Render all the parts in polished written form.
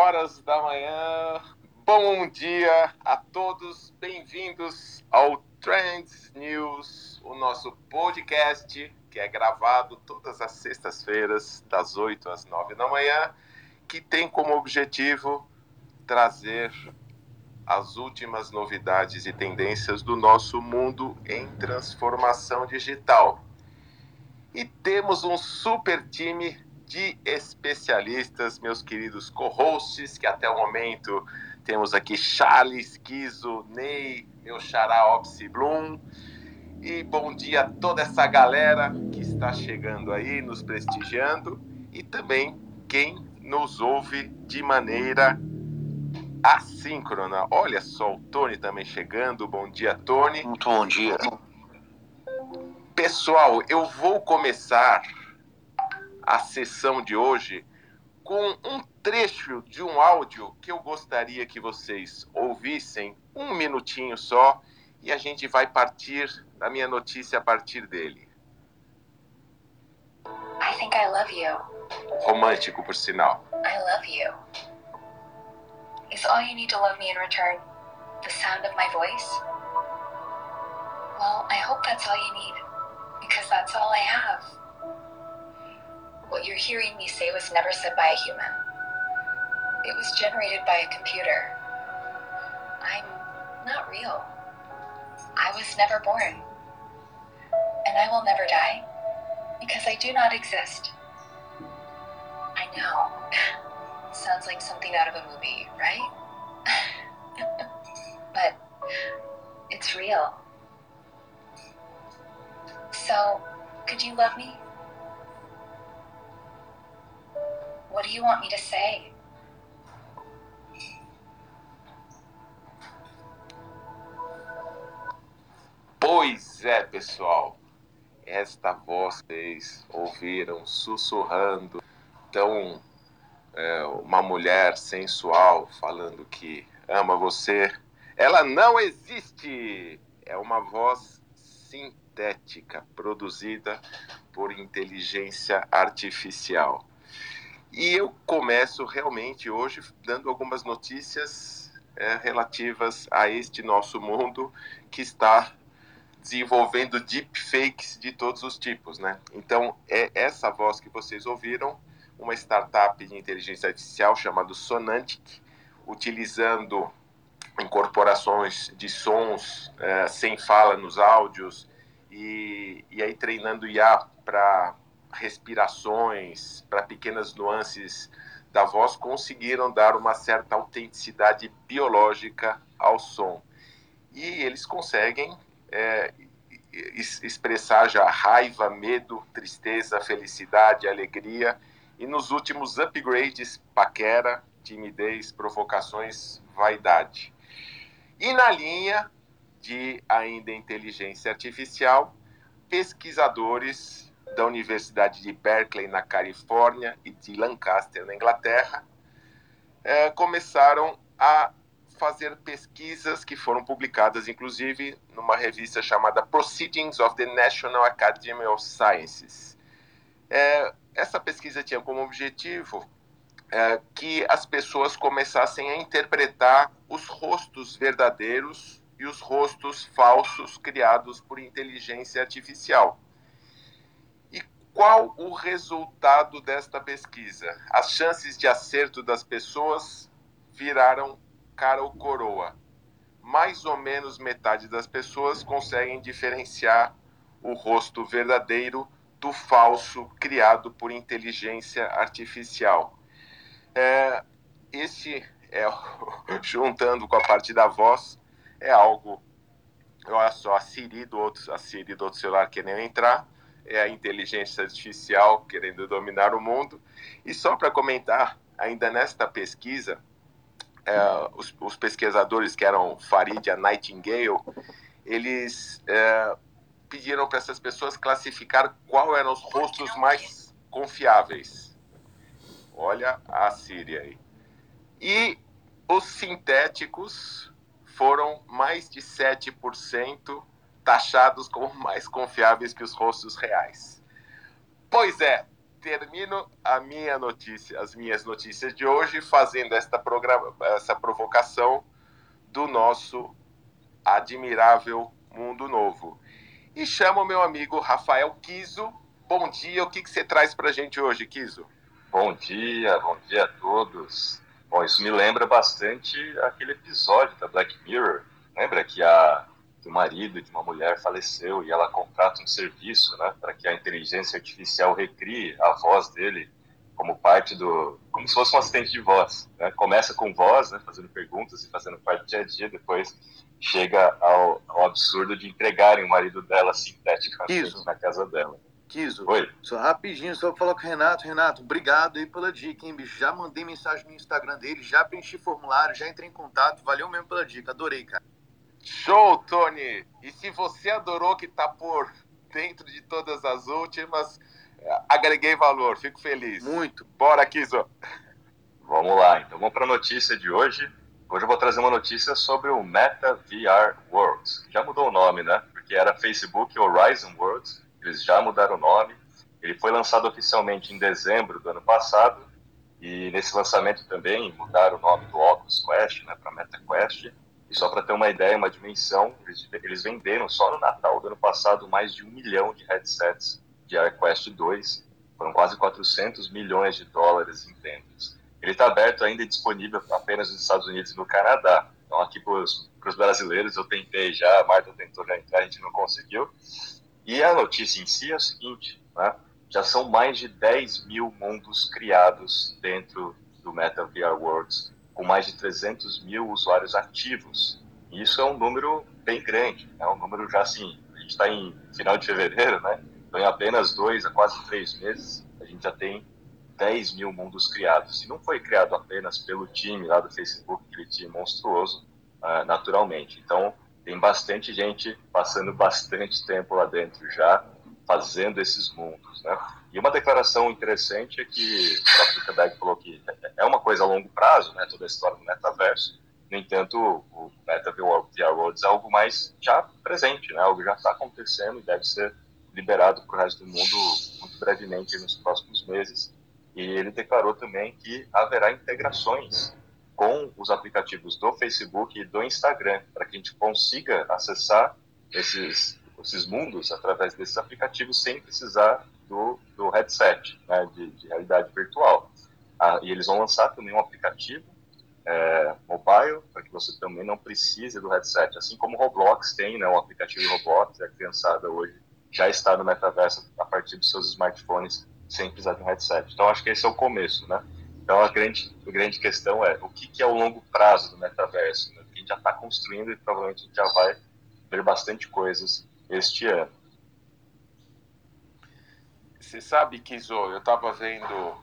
horas da manhã. Bom dia a todos, bem-vindos ao Trends News, o nosso podcast que é gravado todas as sextas-feiras, das 8 às 9 da manhã, que tem como objetivo trazer as últimas novidades e tendências do nosso mundo em transformação digital. E temos um super time de especialistas, meus queridos co-hosts, que até o momento temos aqui Charles, Kizo, Ney, meu xará Opsi Bloom. E bom dia a toda essa galera que está chegando aí, nos prestigiando, e também quem nos ouve de maneira assíncrona. Olha só, o Tony também chegando. Bom dia, Tony. Muito bom dia. Pessoal, eu vou começar a sessão de hoje com um trecho de um áudio que eu gostaria que vocês ouvissem, um minutinho só, e a gente vai partir da minha notícia a partir dele. I think I love you. Romântico, por sinal. I love you. Is all you need to love me in return the sound of my voice? Well, I hope that's all you need, because that's all I have. What you're hearing me say was never said by a human. It was generated by a computer. I'm not real. I was never born. And I will never die, because I do not exist. I know. Sounds like something out of a movie, right? But it's real. So, could you love me? What do you want me to say? Pois é, pessoal. Esta voz que vocês ouviram sussurrando, tão uma mulher sensual falando que ama você, ela não existe. É uma voz sintética, produzida por inteligência artificial. E eu começo realmente hoje dando algumas notícias relativas a este nosso mundo que está desenvolvendo deepfakes de todos os tipos, né? Então, é essa voz que vocês ouviram, uma startup de inteligência artificial chamada Sonantic, utilizando incorporações de sons sem fala nos áudios e aí treinando IA para respirações, para pequenas nuances da voz, conseguiram dar uma certa autenticidade biológica ao som. E eles conseguem expressar já raiva, medo, tristeza, felicidade, alegria, e nos últimos upgrades, paquera, timidez, provocações, vaidade. E na linha de ainda inteligência artificial, pesquisadores da Universidade de Berkeley, na Califórnia, e de Lancaster, na Inglaterra, começaram a fazer pesquisas que foram publicadas, inclusive, numa revista chamada Proceedings of the National Academy of Sciences. Essa pesquisa tinha como objetivo que as pessoas começassem a interpretar os rostos verdadeiros e os rostos falsos criados por inteligência artificial. E qual o resultado desta pesquisa? As chances de acerto das pessoas viraram cara ou coroa. Mais ou menos metade das pessoas conseguem diferenciar o rosto verdadeiro do falso criado por inteligência artificial. Juntando com a parte da voz, é algo. Olha só, a Siri do outro celular querendo entrar, é a inteligência artificial querendo dominar o mundo. E só para comentar, ainda nesta pesquisa, os pesquisadores que eram Farid e a Nightingale, eles pediram para essas pessoas classificar qual eram os rostos mais confiáveis. Olha a Siri aí. E os sintéticos foram mais de 7% taxados como mais confiáveis que os rostos reais. Pois é, termino as minhas notícias de hoje fazendo essa provocação do nosso admirável mundo novo. E chamo meu amigo Rafael Kiso. Bom dia, o que você traz pra gente hoje, Kiso? Bom dia a todos. Bom, isso me lembra bastante aquele episódio da Black Mirror. Lembra que o marido de uma mulher faleceu e ela contrata um serviço, né, para que a inteligência artificial recrie a voz dele como parte como se fosse um assistente de voz, né? Começa com voz, né, fazendo perguntas e fazendo parte do dia a dia, depois chega ao absurdo de entregarem o marido dela sinteticamente na casa dela. Kiso, Oi. Só rapidinho, só pra falar com o Renato. Renato, obrigado aí pela dica, hein, bicho? Já mandei mensagem no Instagram dele, já preenchi formulário, já entrei em contato. Valeu mesmo pela dica, adorei, cara. Show, Tony! E se você adorou que tá por dentro de todas as últimas, agreguei valor, fico feliz. Muito. Bora, Kiso! Vamos lá, então vamos para a notícia de hoje. Hoje eu vou trazer uma notícia sobre o Meta VR World. Já mudou o nome, né? Porque era Facebook Horizon World, eles já mudaram o nome. Ele foi lançado oficialmente em dezembro do ano passado, e nesse lançamento também mudaram o nome do Oculus Quest, né, para Meta Quest. E só para ter uma ideia, uma dimensão, eles venderam só no Natal do ano passado mais de 1 milhão de headsets de AirQuest 2. Foram quase 400 milhões de dólares em vendas. Ele está aberto ainda e disponível apenas nos Estados Unidos e no Canadá. Então aqui para os brasileiros eu tentei já, a Marta tentou já entrar, a gente não conseguiu. E a notícia em si é o seguinte, né? Já são mais de 10 mil mundos criados dentro do Meta VR Worlds, com mais de 300 mil usuários ativos. E isso é um número bem grande, é um número já assim, a gente está em final de fevereiro, né? Então em apenas 2 a quase 3 meses, a gente já tem 10 mil mundos criados. E não foi criado apenas pelo time lá do Facebook, aquele time monstruoso, naturalmente. Então tem bastante gente passando bastante tempo lá dentro já, fazendo esses mundos, né? E uma declaração interessante é que o próprio Zuckerberg falou que é uma coisa a longo prazo, né, toda a história do metaverso. No entanto, o Meta VR Worlds é algo mais já presente, né, algo que já está acontecendo e deve ser liberado para o resto do mundo muito brevemente nos próximos meses. E ele declarou também que haverá integrações com os aplicativos do Facebook e do Instagram, para que a gente consiga acessar esses mundos através desses aplicativos sem precisar do headset, né, de realidade virtual. E eles vão lançar também um aplicativo mobile, para que você também não precise do headset, assim como o Roblox tem, né, um aplicativo de Roblox, a criançada hoje já está no metaverso a partir dos seus smartphones sem precisar de um headset. Então acho que esse é o começo, né? Então a grande questão é o que é o longo prazo do metaverso, né? A gente já está construindo e provavelmente a gente já vai ver bastante coisas este ano. Você sabe, Kizo, eu estava vendo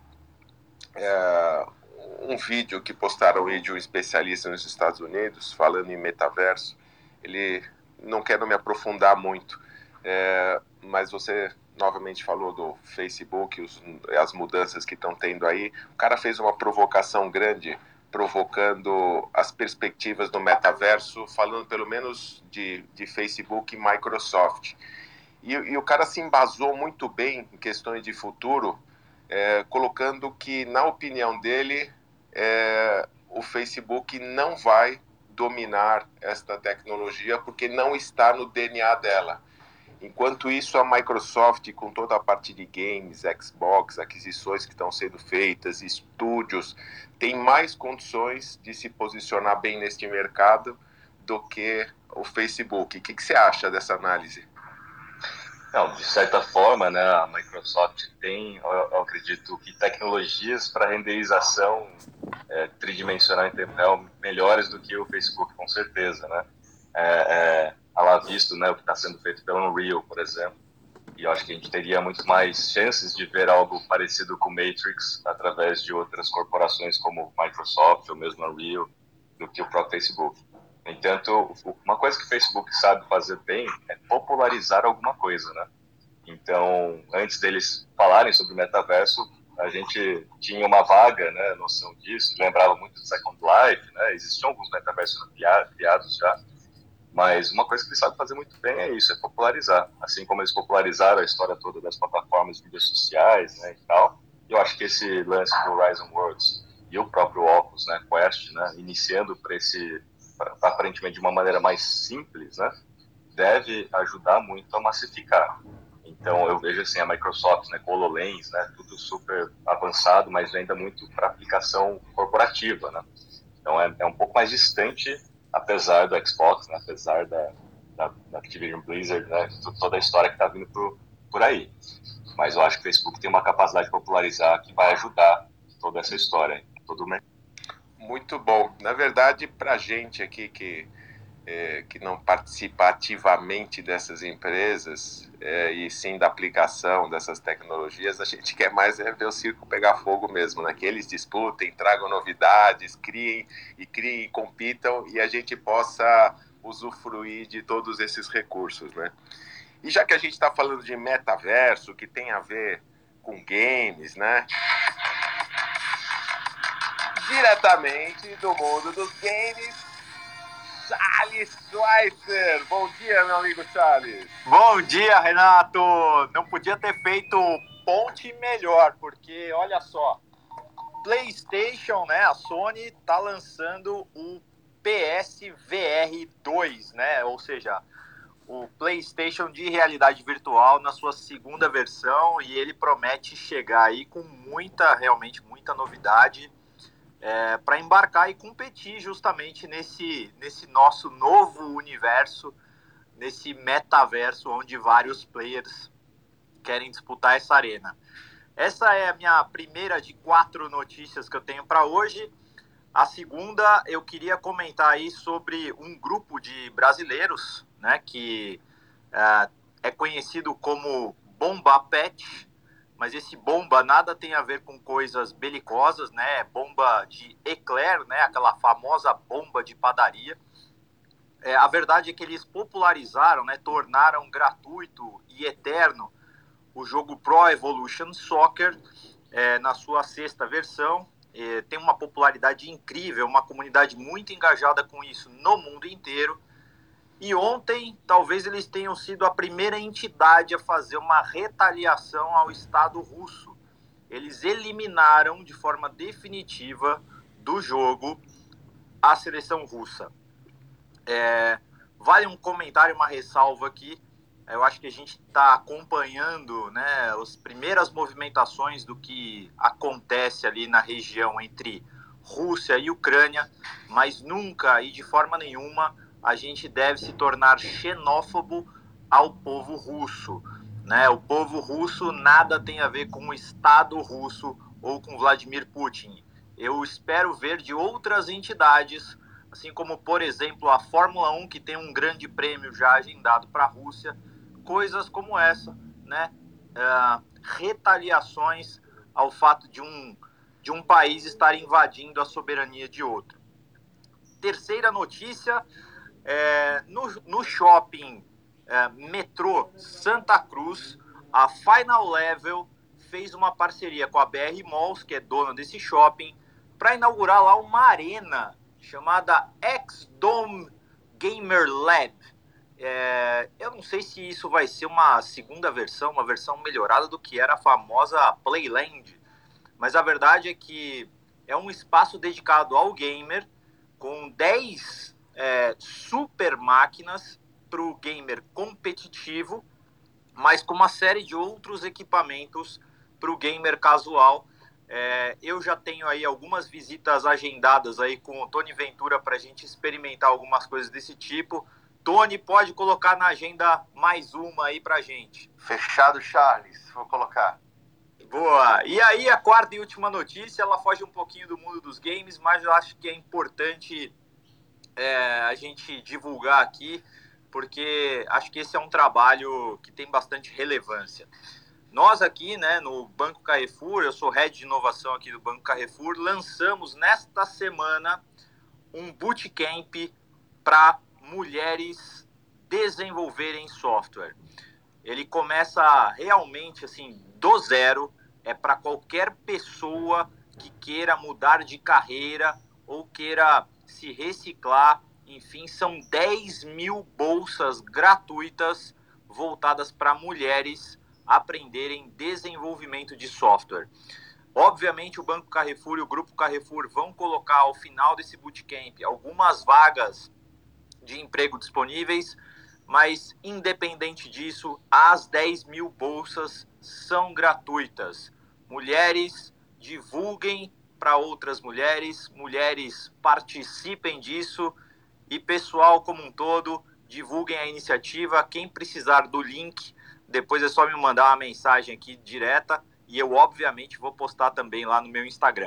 um vídeo que postaram aí de um especialista nos Estados Unidos falando em metaverso. Ele, não quero me aprofundar muito, mas você novamente falou do Facebook, as mudanças que estão tendo aí. O cara fez uma provocação grande, provocando as perspectivas do metaverso, falando pelo menos de Facebook e Microsoft. E o cara se embasou muito bem em questões de futuro, colocando que, na opinião dele, o Facebook não vai dominar esta tecnologia porque não está no DNA dela. Enquanto isso, a Microsoft, com toda a parte de games, Xbox, aquisições que estão sendo feitas, estúdios, tem mais condições de se posicionar bem neste mercado do que o Facebook. O que você acha dessa análise? Não, de certa forma, né, a Microsoft tem, eu acredito, que tecnologias para renderização tridimensional em tempo real melhores do que o Facebook, com certeza, né? Ela visto, né, o que está sendo feito pelo Unreal, por exemplo, e eu acho que a gente teria muito mais chances de ver algo parecido com Matrix através de outras corporações como Microsoft ou mesmo Unreal do que o próprio Facebook. No entanto, uma coisa que o Facebook sabe fazer bem é popularizar alguma coisa, né? Então, antes deles falarem sobre o metaverso, a gente tinha uma vaga, né, noção disso, lembrava muito do Second Life, né? Existiam alguns metaversos criados já, Mas uma coisa que eles sabem fazer muito bem é isso, é popularizar. Assim como eles popularizaram a história toda das plataformas de mídias sociais, né, e tal. Eu acho que esse lance do Horizon Worlds e o próprio Oculus, né, Quest, né, iniciando aparentemente de uma maneira mais simples, né, deve ajudar muito a massificar. Então eu vejo assim a Microsoft, né, com HoloLens, né, tudo super avançado, mas ainda muito para aplicação corporativa, né. Então é um pouco mais distante, apesar do Xbox, né, apesar da Activision Blizzard, né, toda a história que está vindo por aí. Mas eu acho que o Facebook tem uma capacidade de popularizar que vai ajudar toda essa história, todo o mercado. Muito bom. Na verdade, para a gente aqui que não participa ativamente dessas empresas e sim da aplicação dessas tecnologias, a gente quer mais ver o circo pegar fogo mesmo, né? Que eles disputem, tragam novidades, criem, compitam e a gente possa usufruir de todos esses recursos, né? E já que a gente está falando de metaverso, que tem a ver com games, né? Diretamente do mundo dos games, Charles Schweitzer. Bom dia, meu amigo Charles. Bom dia, Renato. Não podia ter feito ponte melhor, porque olha só, PlayStation, né? A Sony tá lançando o PSVR 2, né? Ou seja, o PlayStation de realidade virtual na sua segunda versão, e ele promete chegar aí com realmente muita novidade para embarcar e competir justamente nesse nosso novo universo, nesse metaverso onde vários players querem disputar essa arena. Essa é a minha primeira de 4 notícias que eu tenho para hoje. A segunda, eu queria comentar aí sobre um grupo de brasileiros, né, que é conhecido como Bomba Pet, mas esse bomba nada tem a ver com coisas belicosas, né? Bomba de eclair, né? Aquela famosa bomba de padaria. A verdade é que eles popularizaram, né? Tornaram gratuito e eterno o jogo Pro Evolution Soccer na sua 6ª versão. Tem uma popularidade incrível, uma comunidade muito engajada com isso no mundo inteiro. E ontem, talvez eles tenham sido a primeira entidade a fazer uma retaliação ao Estado russo. Eles eliminaram de forma definitiva do jogo a seleção russa. Vale um comentário, uma ressalva aqui. Eu acho que a gente está acompanhando, né, as primeiras movimentações do que acontece ali na região entre Rússia e Ucrânia, mas nunca e de forma nenhuma a gente deve se tornar xenófobo ao povo russo, né? O povo russo nada tem a ver com o Estado russo ou com Vladimir Putin. Eu espero ver de outras entidades, assim como, por exemplo, a Fórmula 1, que tem um grande prêmio já agendado para a Rússia, coisas como essa, né? Retaliações ao fato de um país estar invadindo a soberania de outro. Terceira notícia, no shopping metrô Santa Cruz, a Final Level fez uma parceria com a BR Malls, que é dona desse shopping, para inaugurar lá uma arena chamada X-Dome Gamer Lab. Eu não sei se isso vai ser uma segunda versão, uma versão melhorada do que era a famosa Playland, mas a verdade é que é um espaço dedicado ao gamer, com 10 super máquinas para o gamer competitivo, mas com uma série de outros equipamentos para o gamer casual. Eu já tenho aí algumas visitas agendadas aí com o Tony Ventura para a gente experimentar algumas coisas desse tipo. Tony, pode colocar na agenda mais uma aí para a gente. Fechado, Charles. Vou colocar. Boa! E aí a quarta e última notícia, ela foge um pouquinho do mundo dos games, mas eu acho que é importante a gente divulgar aqui, porque acho que esse é um trabalho que tem bastante relevância. Nós aqui, né, no Banco Carrefour, eu sou head de inovação aqui do Banco Carrefour, lançamos nesta semana um bootcamp para mulheres desenvolverem software. Ele começa realmente assim do zero, é para qualquer pessoa que queira mudar de carreira ou queira se reciclar enfim, são 10 mil bolsas gratuitas voltadas para mulheres aprenderem desenvolvimento de software. Obviamente, o Banco Carrefour e o Grupo Carrefour vão colocar ao final desse bootcamp algumas vagas de emprego disponíveis, mas independente disso, as 10 mil bolsas são gratuitas. Mulheres, divulguem para outras mulheres, mulheres participem disso e pessoal como um todo, divulguem a iniciativa. Quem precisar do link, depois é só me mandar uma mensagem aqui direta e eu, obviamente, vou postar também lá no meu Instagram.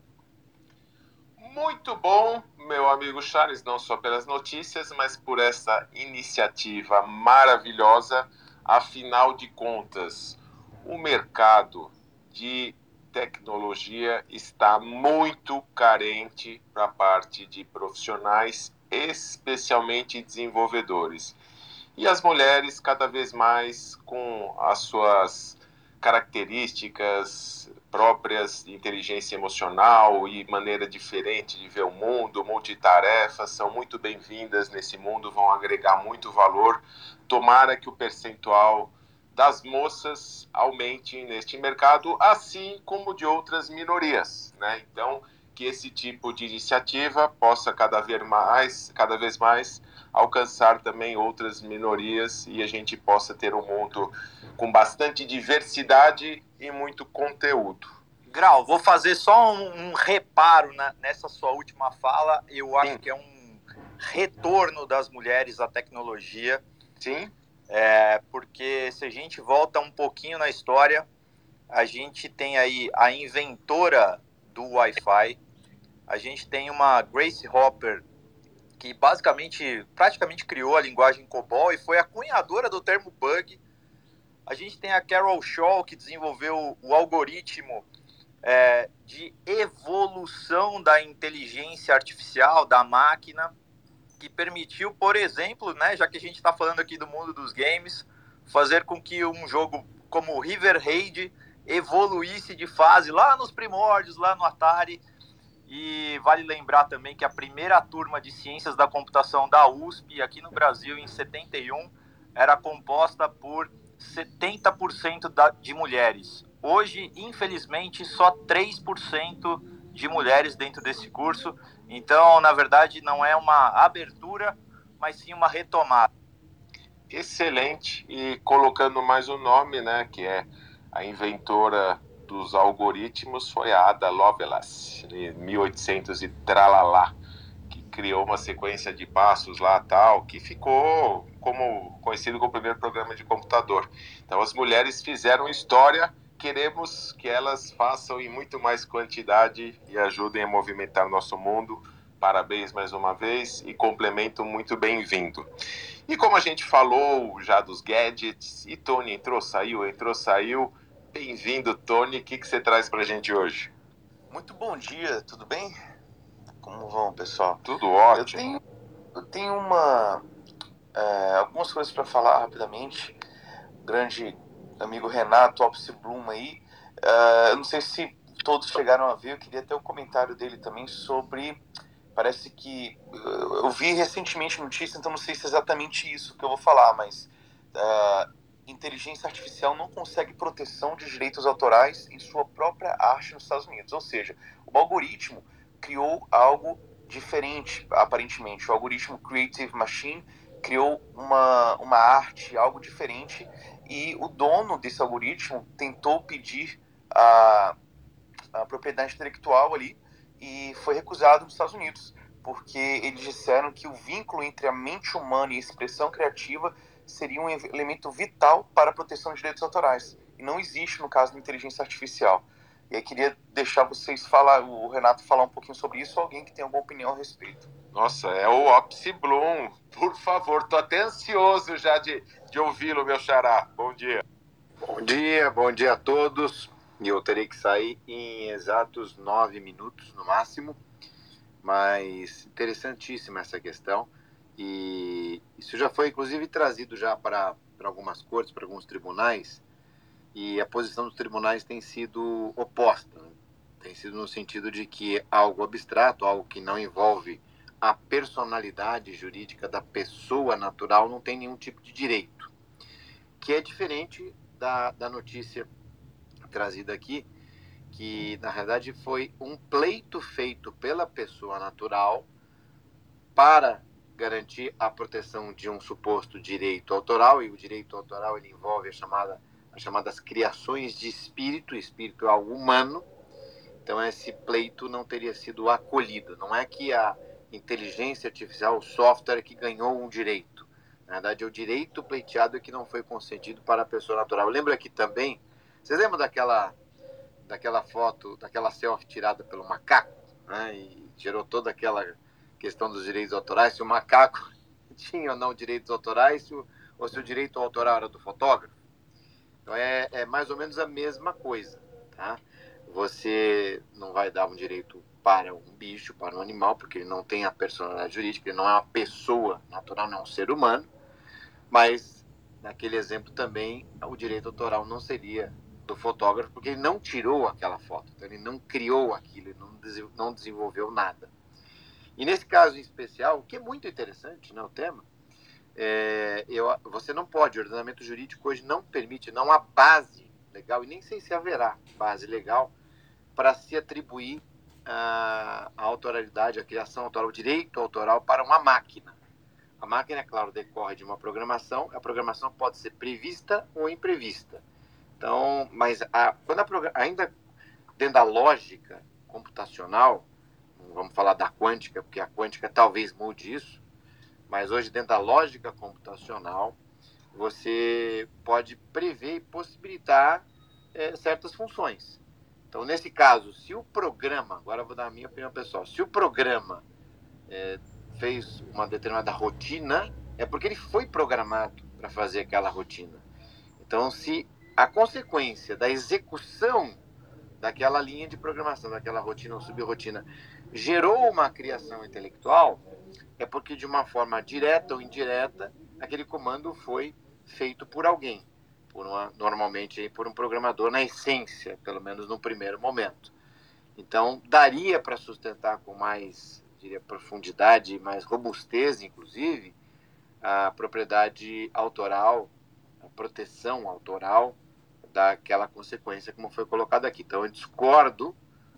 Muito bom, meu amigo Charles, não só pelas notícias, mas por essa iniciativa maravilhosa. Afinal de contas, o mercado de tecnologia está muito carente para a parte de profissionais, especialmente desenvolvedores. E as mulheres, cada vez mais, com as suas características próprias de inteligência emocional e maneira diferente de ver o mundo, multitarefas, são muito bem-vindas nesse mundo, vão agregar muito valor. Tomara que o percentual das moças aumente neste mercado, assim como de outras minorias, né? Então, que esse tipo de iniciativa possa cada vez mais alcançar também outras minorias e a gente possa ter um mundo com bastante diversidade e muito conteúdo. Grau, vou fazer só um reparo nessa sua última fala. Eu acho que é um retorno das mulheres à tecnologia. Sim. Porque se a gente volta um pouquinho na história, a gente tem aí a inventora do Wi-Fi, a gente tem uma Grace Hopper, que praticamente criou a linguagem COBOL e foi a cunhadora do termo bug. A gente tem a Carol Shaw, que desenvolveu o algoritmo de evolução da inteligência artificial, da máquina, que permitiu, por exemplo, né, já que a gente está falando aqui do mundo dos games, fazer com que um jogo como River Raid evoluísse de fase lá nos primórdios, lá no Atari. E vale lembrar também que a primeira turma de Ciências da Computação da USP, aqui no Brasil, em 71, era composta por 70% de mulheres. Hoje, infelizmente, só 3% de mulheres dentro desse curso. Então, na verdade, não é uma abertura, mas sim uma retomada. Excelente. E colocando mais um nome, né, que é a inventora dos algoritmos, foi a Ada Lovelace, em 1800 e tralalá, que criou uma sequência de passos lá, tal, que ficou conhecido como o primeiro programa de computador. Então, as mulheres fizeram história, queremos que elas façam em muito mais quantidade e ajudem a movimentar nosso mundo. Parabéns mais uma vez e complemento muito bem-vindo. E como a gente falou já dos gadgets, e Tony entrou, saiu. Bem-vindo, Tony. O que você traz pra gente hoje? Muito bom dia, tudo bem? Como vão, pessoal? Tudo ótimo. Eu tenho algumas coisas para falar rapidamente. O grande amigo Renato Opsi Bloom aí. Eu não sei se todos chegaram a ver, eu queria ter um comentário dele também sobre... Parece que... Eu vi recentemente notícia, então não sei se é exatamente isso que eu vou falar, mas... inteligência artificial não consegue proteção de direitos autorais em sua própria arte nos Estados Unidos. Ou seja, o algoritmo criou algo diferente, aparentemente. O algoritmo Creative Machine criou uma arte, algo diferente, e o dono desse algoritmo tentou pedir a propriedade intelectual ali e foi recusado nos Estados Unidos, porque eles disseram que o vínculo entre a mente humana e a expressão criativa seria um elemento vital para a proteção de direitos autorais. E não existe no caso da inteligência artificial. E aí queria deixar vocês o Renato falar um pouquinho sobre isso, ou alguém que tem alguma opinião a respeito. Nossa, é o Opsi Bloom. Por favor, tô até ansioso já de ouvi-lo, meu xará. Bom dia. Bom dia a todos. Eu terei que sair em exatos 9 minutos no máximo, mas interessantíssima essa questão. E isso já foi, inclusive, trazido já para algumas cortes, para alguns tribunais, e a posição dos tribunais tem sido oposta. Tem sido no sentido de que algo abstrato, algo que não envolve a personalidade jurídica da pessoa natural não tem nenhum tipo de direito, que é diferente da notícia trazida aqui, que na verdade foi um pleito feito pela pessoa natural para garantir a proteção de um suposto direito autoral, e o direito autoral ele envolve as chamadas criações de espírito. Espírito é algo humano. Então esse pleito não teria sido acolhido. Não é que a inteligência artificial, o software, que ganhou um direito. Na verdade, é o direito pleiteado que não foi concedido para a pessoa natural. Lembra aqui também, vocês lembram daquela foto, daquela selfie tirada pelo macaco, né? E gerou toda aquela questão dos direitos autorais, se o macaco tinha ou não direitos autorais, ou se o direito autoral era do fotógrafo. Então é mais ou menos a mesma coisa, tá? Você não vai dar um direito para um bicho, para um animal, porque ele não tem a personalidade jurídica, ele não é uma pessoa natural, não é um ser humano, mas naquele exemplo também o direito autoral não seria do fotógrafo, porque ele não tirou aquela foto, então ele não criou aquilo, ele não desenvolveu nada. E nesse caso em especial, o que é muito interessante, né, o tema, você não pode, o ordenamento jurídico hoje não permite, não há base legal, e nem sei se haverá base legal, para se atribuir a autoralidade, a criação autoral, o direito autoral para uma máquina. A máquina, é claro, decorre de uma programação, a programação pode ser prevista ou imprevista. Então, mas ainda dentro da lógica computacional, não vamos falar da quântica, porque a quântica talvez mude isso, mas hoje dentro da lógica computacional, você pode prever e possibilitar certas funções. Então, nesse caso, se o programa, agora eu vou dar a minha opinião pessoal, se o programa fez uma determinada rotina, é porque ele foi programado para fazer aquela rotina. Então, se a consequência da execução daquela linha de programação, daquela rotina ou subrrotina, gerou uma criação intelectual, é porque de uma forma direta ou indireta, aquele comando foi feito por alguém, normalmente por um programador na essência, pelo menos no primeiro momento. Então, daria para sustentar com mais, diria, profundidade, mais robustez, inclusive, a propriedade autoral, a proteção autoral daquela consequência, como foi colocado aqui. Então, eu discordo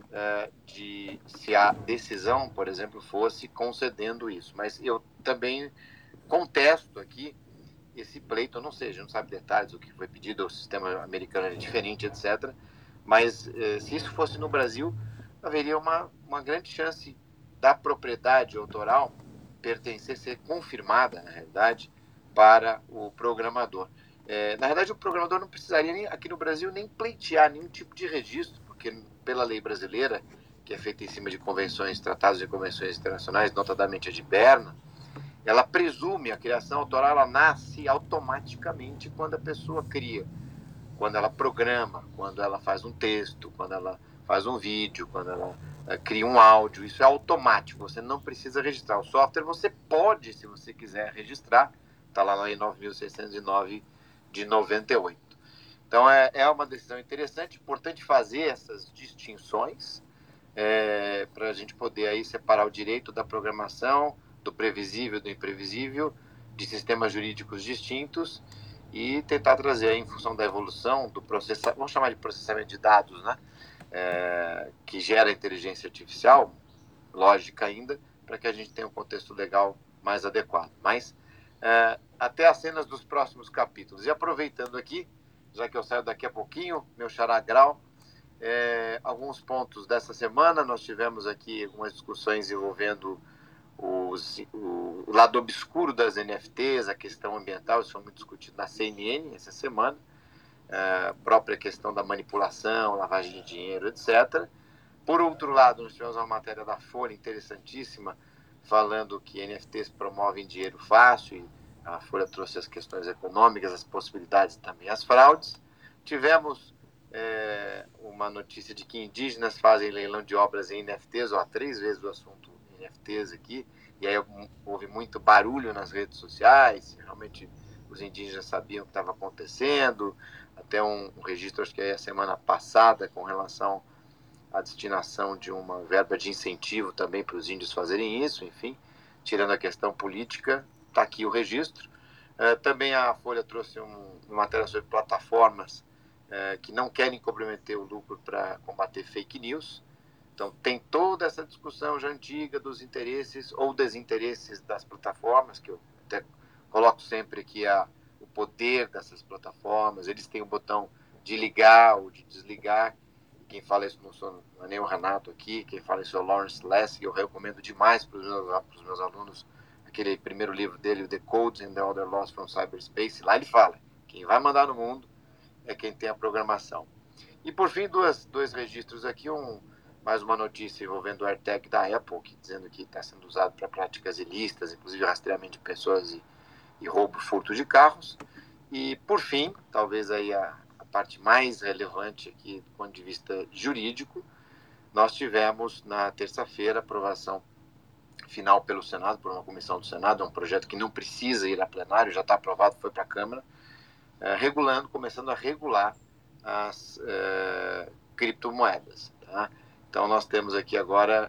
de se a decisão, por exemplo, fosse concedendo isso. Mas eu também contesto aqui esse pleito, eu não sei, a gente não sabe detalhes do que foi pedido, o sistema americano é diferente, etc. Mas se isso fosse no Brasil, haveria uma grande chance da propriedade autoral ser confirmada, na realidade, para o programador. Na verdade, o programador não precisaria, aqui no Brasil, nem pleitear nenhum tipo de registro, porque pela lei brasileira, que é feita em cima de convenções, tratados e convenções internacionais, notadamente a de Berna, ela presume a criação autoral, ela nasce automaticamente quando a pessoa cria, quando ela programa, quando ela faz um texto, quando ela faz um vídeo, quando ela cria um áudio. Isso é automático, você não precisa registrar. O software você pode, se você quiser registrar, está lá na Lei 9.609 de 98. Então é uma decisão interessante, importante fazer essas distinções para a gente poder aí separar o direito da programação, do previsível, do imprevisível, de sistemas jurídicos distintos e tentar trazer aí, em função da evolução do processamento, vamos chamar de processamento de dados, né? Que gera inteligência artificial, lógica ainda, para que a gente tenha um contexto legal mais adequado. Mas até as cenas dos próximos capítulos. E aproveitando aqui, já que eu saio daqui a pouquinho, meu xará Grau, alguns pontos dessa semana, nós tivemos aqui algumas discussões envolvendo o lado obscuro das NFTs, a questão ambiental, isso foi muito discutido na CNN essa semana, a própria questão da manipulação, lavagem de dinheiro, etc. Por outro lado, nós tivemos uma matéria da Folha interessantíssima, falando que NFTs promovem dinheiro fácil, e a Folha trouxe as questões econômicas, as possibilidades e também as fraudes. Tivemos uma notícia de que indígenas fazem leilão de obras em NFTs, ó, 3 vezes o assunto NFTs aqui, e aí houve muito barulho nas redes sociais, realmente os indígenas sabiam o que estava acontecendo, até um registro, acho que é a semana passada, com relação à destinação de uma verba de incentivo também para os índios fazerem isso, enfim. tirando a questão política, está aqui o registro. Também a Folha trouxe uma matéria sobre plataformas que não querem comprometer o lucro para combater fake news. Então, tem toda essa discussão já antiga dos interesses ou desinteresses das plataformas, que eu até coloco sempre aqui o poder dessas plataformas. Eles têm o botão de ligar ou de desligar. Quem fala isso não é nem o Renato aqui, quem fala isso é o Lawrence Lessig. Eu recomendo demais para os meus alunos aquele primeiro livro dele, The Codes and the Other Laws from Cyberspace. Lá ele fala, quem vai mandar no mundo é quem tem a programação. E por fim, dois registros aqui, mais uma notícia envolvendo o AirTag da Apple, dizendo que está sendo usado para práticas ilícitas, inclusive rastreamento de pessoas e roubo, furto de carros. E por fim, talvez aí a parte mais relevante aqui do ponto de vista jurídico, nós tivemos na terça-feira aprovação final pelo Senado, por uma comissão do Senado, um projeto que não precisa ir a plenário, já está aprovado, foi para a Câmara, começando a regular as criptomoedas. Tá? Então nós temos aqui agora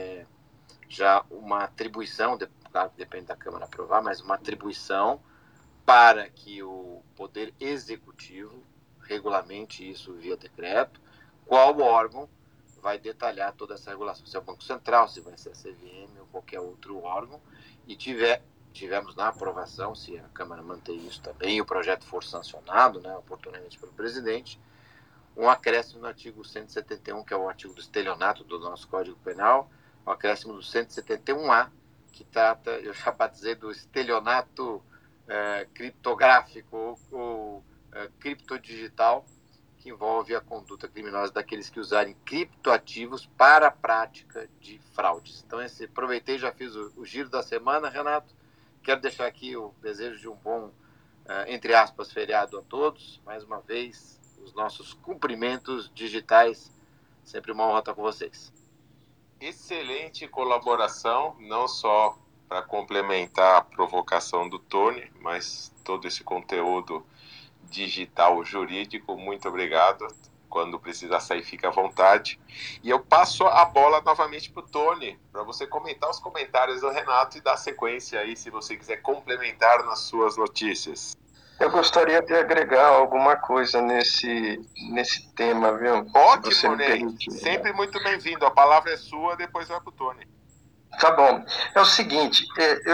já uma atribuição, claro, depende da Câmara aprovar, mas uma atribuição para que o Poder Executivo regulamente isso via decreto, qual órgão vai detalhar toda essa regulação, se é o Banco Central, se vai ser a CVM ou qualquer outro órgão, e tivemos na aprovação, se a Câmara manter isso também, e o projeto for sancionado, né, oportunamente pelo presidente, um acréscimo no artigo 171, que é o artigo do estelionato do nosso Código Penal, um acréscimo do 171A, que trata, eu já batizei, do estelionato criptográfico ou criptodigital, que envolve a conduta criminosa daqueles que usarem criptoativos para a prática de fraudes. Então, aproveitei, já fiz o giro da semana, Renato. Quero deixar aqui o desejo de um bom, entre aspas, feriado a todos. Mais uma vez, os nossos cumprimentos digitais. Sempre uma honra estar com vocês. Excelente colaboração, não só para complementar a provocação do Tony, mas todo esse conteúdo digital jurídico. Muito obrigado. Quando precisar sair, fica à vontade. E eu passo a bola novamente para o Tony, para você comentar os comentários do Renato e dar sequência aí, se você quiser complementar nas suas notícias. Eu gostaria de agregar alguma coisa nesse tema, viu? Ótimo, Ney. Sempre muito bem-vindo. A palavra é sua, depois vai para o Tony. Tá bom. É o seguinte,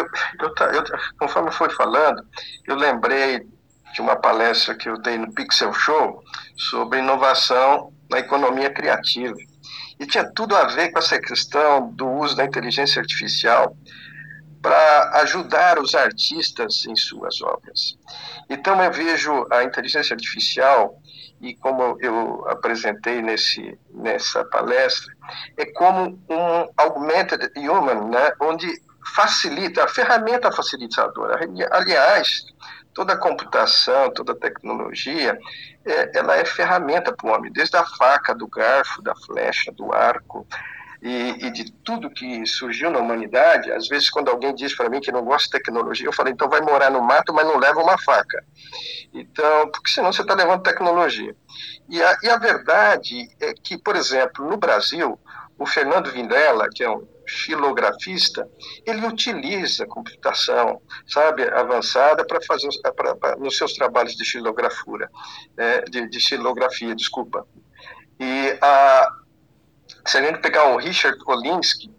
conforme foi falando, eu lembrei de uma palestra que eu dei no Pixel Show sobre inovação na economia criativa. E tinha tudo a ver com essa questão do uso da inteligência artificial para ajudar os artistas em suas obras. Então eu vejo a inteligência artificial, e como eu apresentei nessa palestra, é como um augmented human, né, onde facilita, a ferramenta facilitadora. Aliás, toda a computação, toda a tecnologia, ela é ferramenta para o homem, desde a faca, do garfo, da flecha, do arco, e de tudo que surgiu na humanidade. Às vezes, quando alguém diz para mim que não gosta de tecnologia, eu falo, então vai morar no mato, mas não leva uma faca. Então, porque senão você está levando tecnologia. E a verdade é que, por exemplo, no Brasil, o Fernando Vilela, que é um xilografista, ele utiliza computação, sabe, avançada para fazer nos seus trabalhos de xilografia, desculpa. E se a gente pegar o Richard Olinsky,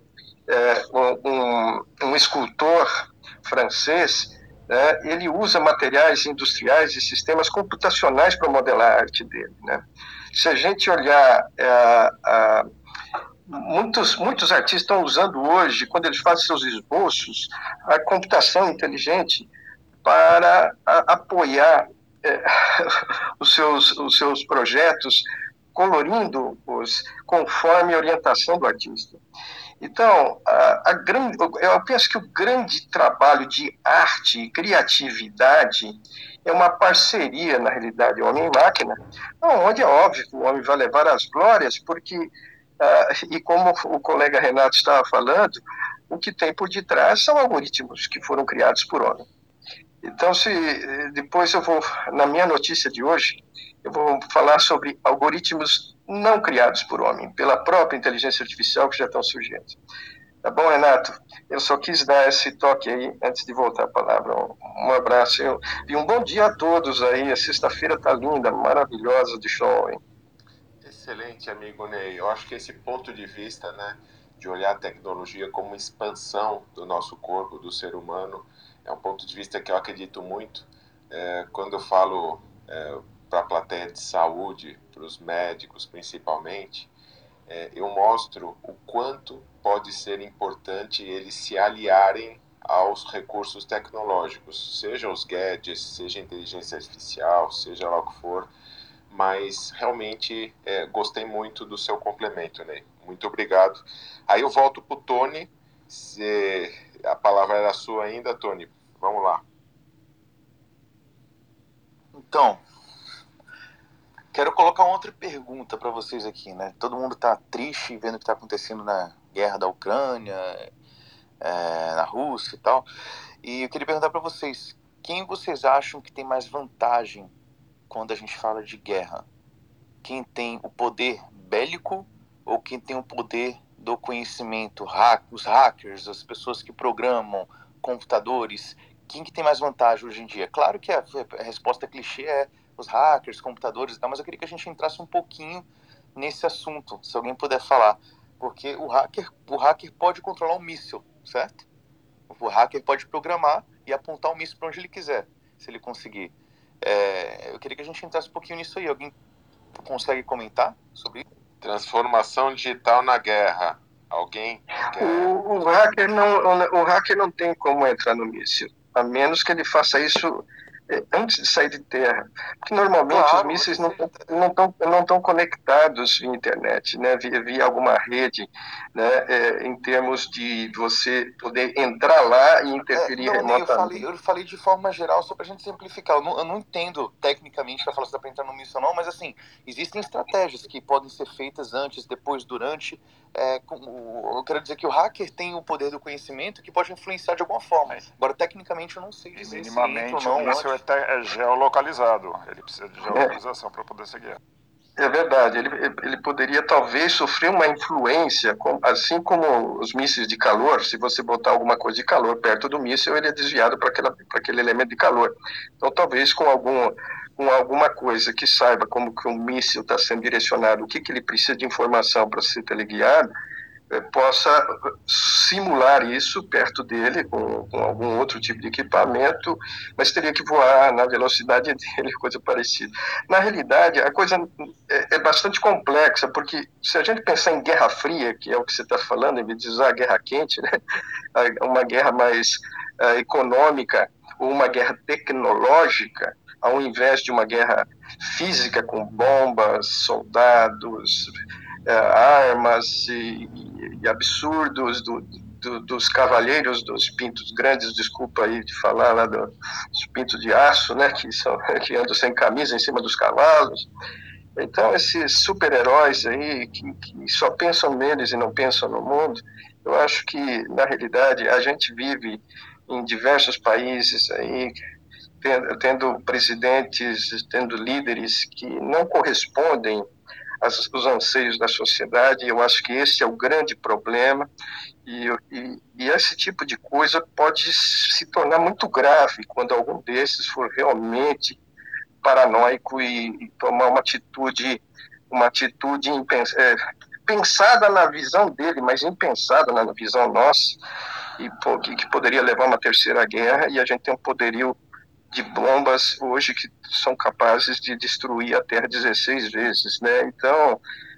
um escultor francês, né, ele usa materiais industriais e sistemas computacionais para modelar a arte dele. Né? Se a gente olhar, muitos artistas estão usando hoje, quando eles fazem seus esboços, a computação inteligente para apoiar os seus projetos, colorindo-os conforme a orientação do artista. Então, eu penso que o grande trabalho de arte e criatividade é uma parceria, na realidade, homem e máquina, onde é óbvio que o homem vai levar as glórias, porque, e como o colega Renato estava falando, o que tem por detrás são algoritmos que foram criados por homem. Então, depois na minha notícia de hoje, eu vou falar sobre algoritmos não criados por homem, pela própria inteligência artificial que já estão surgindo. Tá bom, Renato? Eu só quis dar esse toque aí antes de voltar a palavra. Um abraço e um bom dia a todos aí. A sexta-feira tá linda, maravilhosa de show, hein? Excelente, amigo Ney. Eu acho que esse ponto de vista, né, de olhar a tecnologia como expansão do nosso corpo, do ser humano, é um ponto de vista que eu acredito muito. Quando eu falo para a plateia de saúde, para os médicos principalmente, eu mostro o quanto pode ser importante eles se aliarem aos recursos tecnológicos, seja os gadgets, seja a inteligência artificial, seja lá o que for, mas realmente gostei muito do seu complemento, Ney. Muito obrigado. Aí eu volto para o Tony, se a palavra era sua ainda, Tony. Vamos lá. Então, quero colocar uma outra pergunta para vocês aqui, né? Todo mundo está triste vendo o que está acontecendo na guerra da Ucrânia, na Rússia e tal. E eu queria perguntar para vocês, quem vocês acham que tem mais vantagem quando a gente fala de guerra? Quem tem o poder bélico ou quem tem o poder do conhecimento? Os hackers, as pessoas que programam computadores, quem que tem mais vantagem hoje em dia? Claro que a resposta clichê é os hackers, computadores e tal, mas eu queria que a gente entrasse um pouquinho nesse assunto, se alguém puder falar. Porque o hacker pode controlar um míssil, certo? O hacker pode programar e apontar o míssil para onde ele quiser, se ele conseguir. Eu queria que a gente entrasse um pouquinho nisso aí. Alguém consegue comentar sobre isso? Transformação digital na guerra. Alguém quer? O hacker não tem como entrar no míssil, a menos que ele faça isso antes de sair de terra. Porque normalmente os mísseis não estão conectados via internet, né, via alguma rede, né, em termos de você poder entrar lá e interferir remotamente. Eu falei de forma geral, só para a gente simplificar. Eu não entendo tecnicamente para falar se dá para entrar no míssil ou não, mas assim, existem estratégias que podem ser feitas antes, depois, durante. Eu quero dizer que o hacker tem o poder do conhecimento que pode influenciar de alguma forma. Agora, tecnicamente, eu não sei dizer minimamente, se entra ou não. O míssil é geolocalizado. Ele precisa de geolocalização para poder seguir. É verdade, ele poderia talvez sofrer uma influência, assim como os mísseis de calor. Se você botar alguma coisa de calor perto do míssil, ele é desviado para aquele elemento de calor. Então, talvez com alguma coisa que saiba como que o míssil está sendo direcionado, o que ele precisa de informação para ser teleguiado, possa simular isso perto dele com algum outro tipo de equipamento, mas teria que voar na velocidade dele, coisa parecida. Na realidade, a coisa é bastante complexa, porque se a gente pensar em Guerra Fria, que é o que você está falando, em vez de usar a Guerra Quente, né, uma guerra mais econômica ou uma guerra tecnológica, ao invés de uma guerra física com bombas, soldados, armas e absurdos dos cavalheiros dos pintos grandes, desculpa aí de falar lá dos pintos de aço, né, que andam sem camisa em cima dos cavalos. Então, esses super-heróis aí que só pensam neles e não pensam no mundo, eu acho que, na realidade, a gente vive em diversos países aí, tendo presidentes, tendo líderes que não correspondem os anseios da sociedade. Eu acho que esse é o grande problema, e esse tipo de coisa pode se tornar muito grave quando algum desses for realmente paranoico e tomar uma atitude pensada na visão dele, mas impensada na visão nossa, e que poderia levar a uma terceira guerra, e a gente tem um poderio de bombas hoje que são capazes de destruir a Terra 16 vezes, né? Então,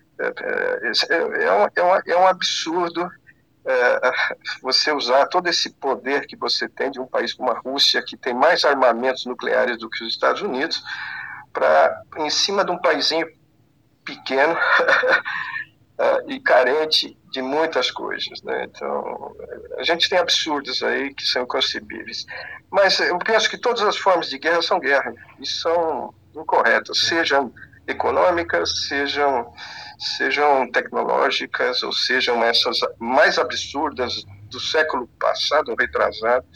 é um absurdo você usar todo esse poder que você tem de um país como a Rússia, que tem mais armamentos nucleares do que os Estados Unidos, em cima de um paísinho pequeno e carente de muitas coisas, né? Então, a gente tem absurdos aí que são inconcebíveis. Mas eu penso que todas as formas de guerra são guerra e são incorretas, sejam econômicas, sejam tecnológicas, ou sejam essas mais absurdas do século passado, retrasado,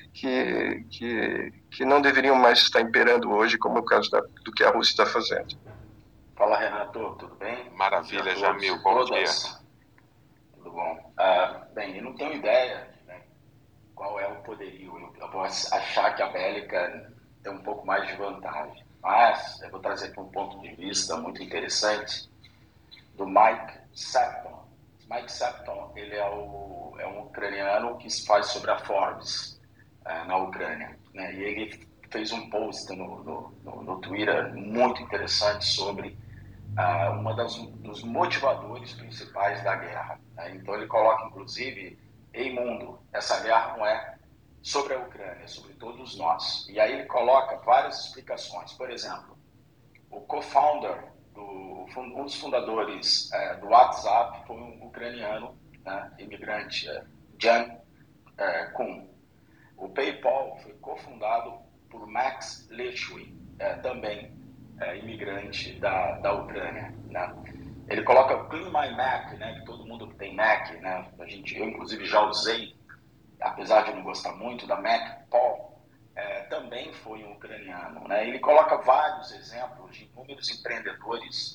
que não deveriam mais estar imperando hoje, como é o caso do que a Rússia está fazendo. Fala, Renato, tudo bem? Maravilha, Jamil, bom dia. Tudo bom. Bem, eu não tenho ideia, né, qual é o poderio. Eu vou achar que a bélica tem um pouco mais de vantagem. Mas eu vou trazer aqui um ponto de vista muito interessante do Mike Septon. Mike Septon, ele é um ucraniano que faz sobre a Forbes na Ucrânia, né? E ele fez um post no Twitter muito interessante sobre dos motivadores principais da guerra, né? Então ele coloca, inclusive, ei mundo, essa guerra não é sobre a Ucrânia, é sobre todos nós. E aí ele coloca várias explicações. Por exemplo, o co-founder, um dos fundadores do WhatsApp foi um ucraniano, né, imigrante, Jan Kuhn. O PayPal foi cofundado por Max Lechwy, também imigrante da Ucrânia, né? Ele coloca o Clean My Mac, né, que todo mundo que tem Mac, né, eu inclusive já usei, apesar de eu não gostar muito da Mac, Paul também foi um ucraniano, né? Ele coloca vários exemplos de inúmeros empreendedores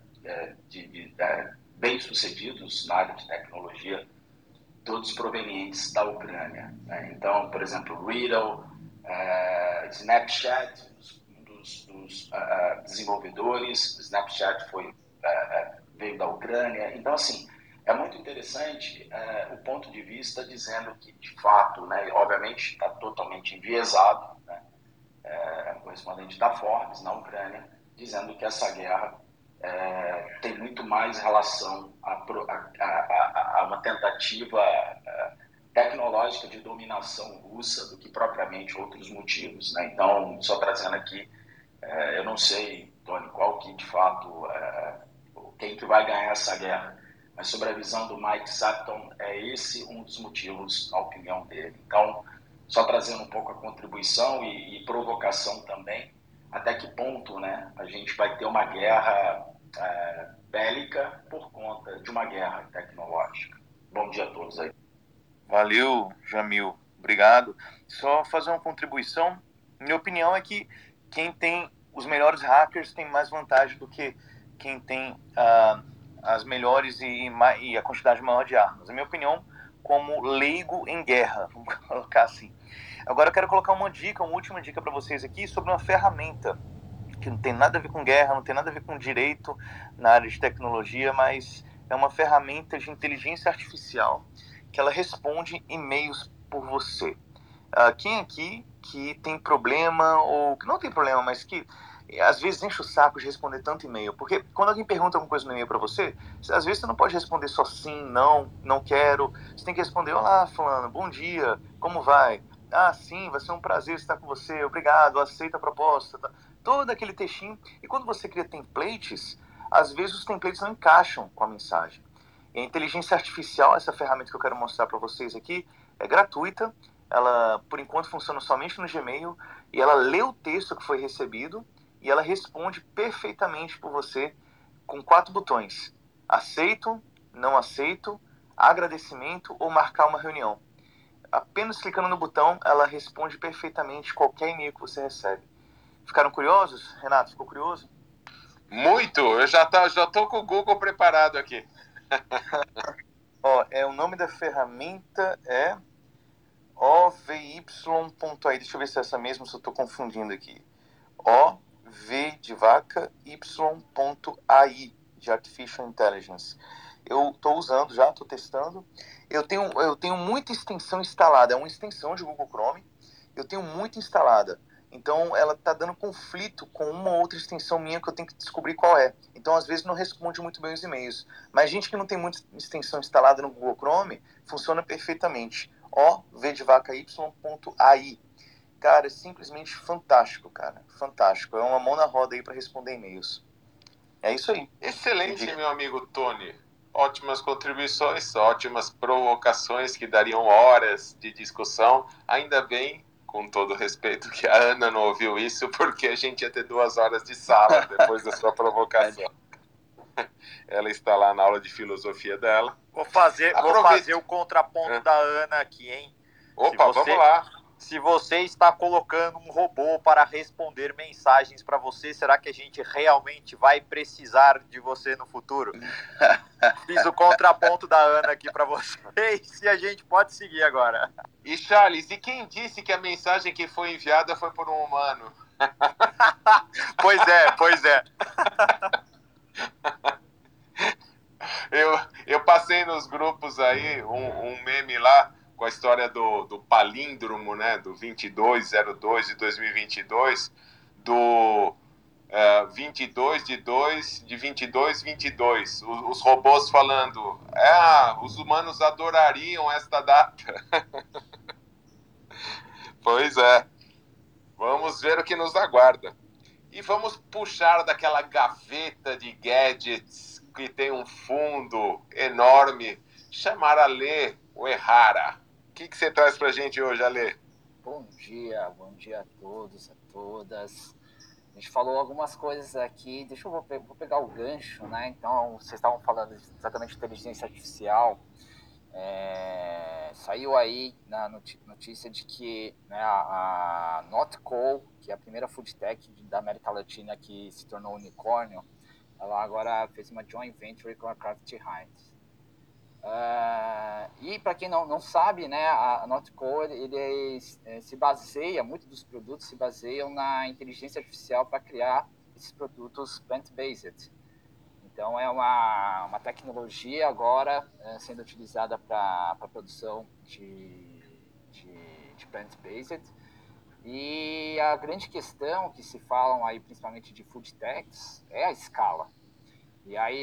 bem-sucedidos na área de tecnologia, todos provenientes da Ucrânia, né? Então, por exemplo, Riddle, Snapchat, um dos desenvolvedores, Snapchat veio da Ucrânia. Então, assim, é muito interessante o ponto de vista dizendo que, de fato, né, obviamente está totalmente enviesado, né, correspondente da Forbes na Ucrânia, dizendo que essa guerra tem muito mais relação a uma tentativa tecnológica de dominação russa do que propriamente outros motivos, né? Então, só trazendo aqui, eu não sei, Tony, qual que de fato, quem que vai ganhar essa guerra, mas sobre a visão do Mike Septon, é esse um dos motivos, na opinião dele. Então, só trazendo um pouco a contribuição e provocação também, até que ponto, né, a gente vai ter uma guerra bélica por conta de uma guerra tecnológica. Bom dia a todos aí. Valeu, Jamil. Obrigado. Só fazer uma contribuição. Minha opinião é que quem tem os melhores hackers tem mais vantagem do que quem tem as melhores e a quantidade maior de armas. A minha opinião, como leigo em guerra, vamos colocar assim. Agora eu quero colocar uma última dica para vocês aqui sobre uma ferramenta que não tem nada a ver com guerra, não tem nada a ver com direito na área de tecnologia, mas é uma ferramenta de inteligência artificial que ela responde e-mails por você. Quem aqui que tem problema, ou que não tem problema, mas que às vezes enche o saco de responder tanto e-mail? Porque quando alguém pergunta alguma coisa no e-mail para você, às vezes você não pode responder só sim, não quero. Você tem que responder, olá, fulano, bom dia, como vai? Sim, vai ser um prazer estar com você, obrigado, aceita a proposta. Tá? Todo aquele textinho. E quando você cria templates, às vezes os templates não encaixam com a mensagem. E a inteligência artificial, essa ferramenta que eu quero mostrar para vocês aqui, é gratuita. Ela, por enquanto, funciona somente no Gmail. E ela lê o texto que foi recebido e ela responde perfeitamente por você com 4 botões. Aceito, não aceito, agradecimento ou marcar uma reunião. Apenas clicando no botão, ela responde perfeitamente qualquer e-mail que você recebe. Ficaram curiosos? Renato, ficou curioso? Muito! Eu já tô com o Google preparado aqui. O nome da ferramenta é OVY.ai. Deixa eu ver se é essa mesmo, se eu estou confundindo aqui. OV de vaca, Y.ai, de Artificial Intelligence. Eu estou usando já, estou testando. Eu tenho muita extensão instalada. É uma extensão de Google Chrome. Eu tenho muito instalada. Então, ela está dando conflito com uma outra extensão minha que eu tenho que descobrir qual é. Então, às vezes, não responde muito bem os e-mails. Mas gente que não tem muita extensão instalada no Google Chrome, funciona perfeitamente. OV de vaca, Y.ai. Cara, é simplesmente fantástico, cara. Fantástico. É uma mão na roda aí para responder e-mails. É isso aí. Excelente, meu amigo Tony. Ótimas contribuições, ótimas provocações que dariam horas de discussão. Ainda bem, com todo respeito, que a Ana não ouviu isso, porque a gente ia ter 2 horas de sala depois da sua provocação. Ela está lá na aula de filosofia dela. Vou fazer o contraponto da Ana aqui, hein? Opa, vamos lá. se você está colocando um robô para responder mensagens para você, será que a gente realmente vai precisar de você no futuro? Fiz o contraponto da Ana aqui para vocês e a gente pode seguir agora. E Charles, e quem disse que a mensagem que foi enviada foi por um humano? Pois é. Eu passei nos grupos aí um meme lá com a história do palíndromo, né, do 2202 de 2022, do 22 de 2 de 2222. Os robôs falando, os humanos adorariam esta data. Pois é. Vamos ver o que nos aguarda. E vamos puxar daquela gaveta de gadgets que tem um fundo enorme, chamar Alê Uehara. O que você traz pra gente hoje, Alê? Bom dia a todos, a todas. A gente falou algumas coisas aqui, vou pegar o gancho, né? Então, vocês estavam falando exatamente de inteligência artificial. Saiu aí na notícia de que, né, a Notco, que é a primeira food tech da América Latina que se tornou unicórnio, ela agora fez uma joint venture com a Kraft Heinz. E para quem não sabe, né, a Notco se baseia, muitos dos produtos se baseiam na inteligência artificial para criar esses produtos plant-based. Então, é uma tecnologia agora sendo utilizada para a produção de plant-based. E a grande questão que se falam aí, principalmente de food techs, é a escala. E aí,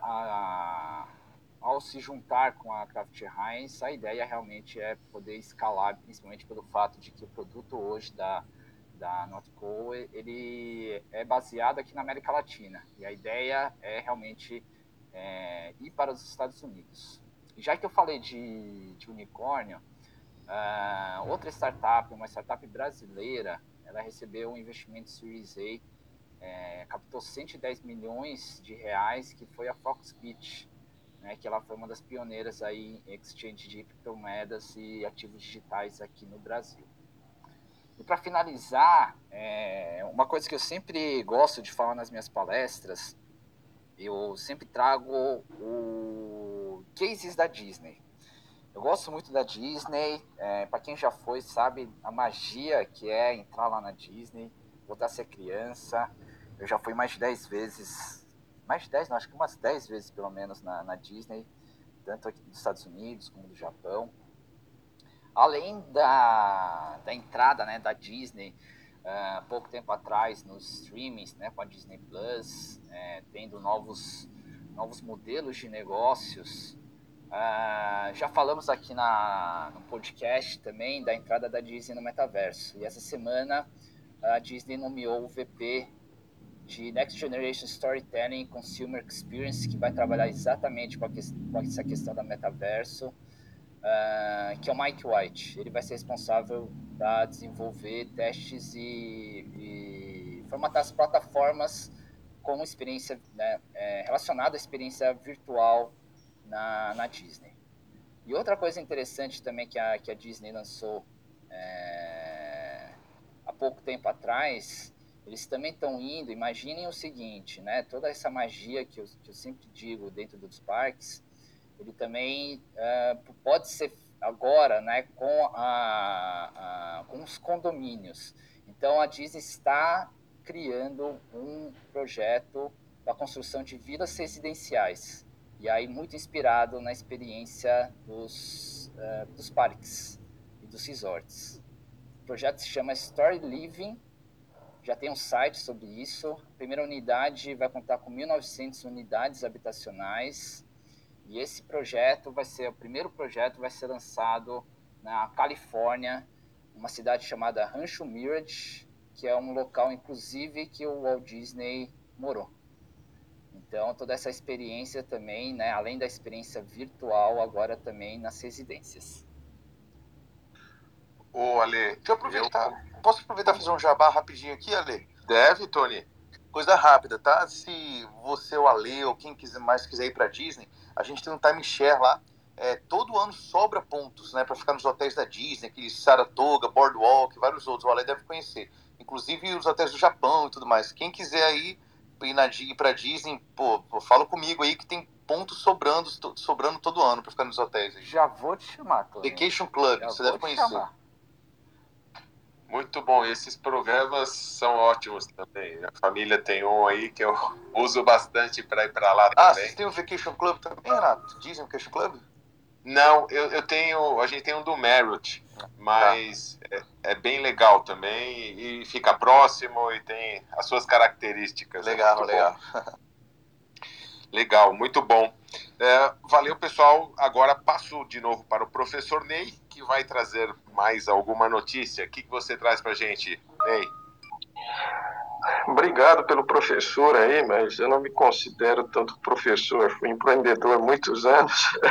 ao se juntar com a Kraft Heinz, a ideia realmente é poder escalar, principalmente pelo fato de que o produto hoje da Notco, ele é baseado aqui na América Latina. E a ideia é realmente ir para os Estados Unidos. E já que eu falei de unicórnio, outra startup, uma startup brasileira, ela recebeu um investimento Series A, captou 110 milhões de reais, que foi a Foxbit, né, que ela foi uma das pioneiras aí em exchange de criptomoedas e ativos digitais aqui no Brasil. E para finalizar, uma coisa que eu sempre gosto de falar nas minhas palestras, eu sempre trago cases da Disney. Eu gosto muito da Disney, para quem já foi, sabe a magia que é entrar lá na Disney, voltar a ser criança. Eu já fui mais de 10 vezes, acho que umas 10 vezes pelo menos na Disney, tanto aqui dos Estados Unidos como do Japão. Além da entrada, né, da Disney, pouco tempo atrás nos streamings, né, com a Disney Plus, tendo novos modelos de negócios. Já falamos aqui no podcast também da entrada da Disney no metaverso. E essa semana a Disney nomeou o VP de Next Generation Storytelling e Consumer Experience, que vai trabalhar exatamente com essa questão da metaverso, que é o Mike White. Ele vai ser responsável para desenvolver testes e formatar as plataformas com experiência, né, relacionada à experiência virtual na Disney. E outra coisa interessante também que a Disney lançou há pouco tempo atrás, eles também estão indo, imaginem o seguinte, né, toda essa magia que eu sempre digo dentro dos parques, ele também pode ser agora, né, com os condomínios. Então, a Disney está criando um projeto da construção de vilas residenciais. E aí, muito inspirado na experiência dos parques e dos resorts. O projeto se chama Story Living, já tem um site sobre isso. A primeira unidade vai contar com 1.900 unidades habitacionais. E esse projeto o primeiro projeto vai ser lançado na Califórnia, uma cidade chamada Rancho Mirage, que é um local, inclusive, que o Walt Disney morou. Então, toda essa experiência também, né, além da experiência virtual, agora também nas residências. Ô, Ale, Deixa eu aproveitar. Posso aproveitar e fazer um jabá rapidinho aqui, Ale? Deve, Tony. Coisa rápida, tá? Se você, o Ale, ou quem mais quiser ir pra Disney, a gente tem um timeshare lá, todo ano sobra pontos, né, para ficar nos hotéis da Disney, aquele Saratoga, Boardwalk, vários outros, o Ale deve conhecer. Inclusive os hotéis do Japão e tudo mais. Quem quiser aí ir pra Disney, fala comigo aí que tem pontos sobrando todo ano para ficar nos hotéis aí. Já vou te chamar, Tony. Vacation Club, você deve conhecer. Muito bom, esses programas são ótimos também. A família tem um aí que eu uso bastante para ir para lá também. Vocês têm o Vacation Club também, Renato? Disney Vacation Club? Não, a gente tem um do Marriott, mas é bem legal também e fica próximo e tem as suas características. Legal. Legal, muito bom. Valeu, pessoal. Agora passo de novo para o professor Ney, que vai trazer mais alguma notícia. O que você traz para a gente, Ney? Obrigado pelo professor aí, mas eu não me considero tanto professor. Fui empreendedor há muitos anos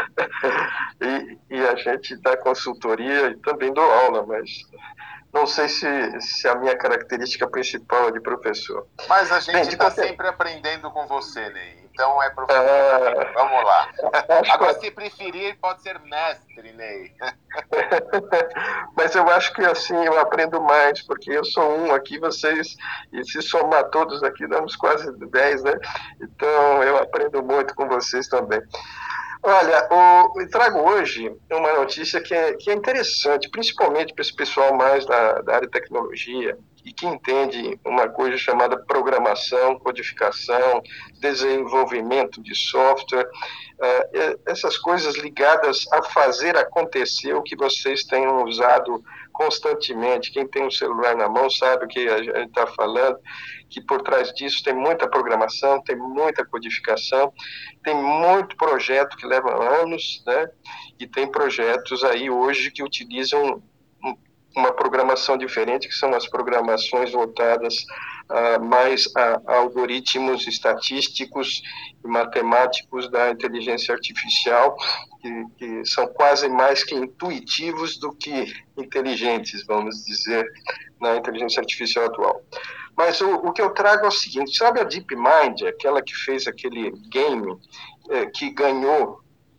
e a gente dá consultoria e também dou aula, mas não sei se a minha característica principal é de professor. Mas a gente está sempre aprendendo com você, Ney. Então é professor. Vamos lá. Agora, se preferir, pode ser mestre, Ney. Mas eu acho que assim eu aprendo mais, porque eu sou um aqui, vocês, e se somar todos aqui, damos quase 10, né? Então eu aprendo muito com vocês também. Olha, eu trago hoje uma notícia que é interessante, principalmente para esse pessoal mais da área de tecnologia e que entende uma coisa chamada programação, codificação, desenvolvimento de software, essas coisas ligadas a fazer acontecer o que vocês tenham usado constantemente. Quem tem um celular na mão sabe o que a gente está falando, que por trás disso tem muita programação, tem muita codificação, tem muito projeto que leva anos, né? E tem projetos aí hoje que utilizam uma programação diferente, que são as programações voltadas mais a algoritmos estatísticos e matemáticos da inteligência artificial, que são quase mais que intuitivos do que inteligentes, vamos dizer, na inteligência artificial atual. Mas o que eu trago é o seguinte, sabe a DeepMind, aquela que fez aquele game que ganhou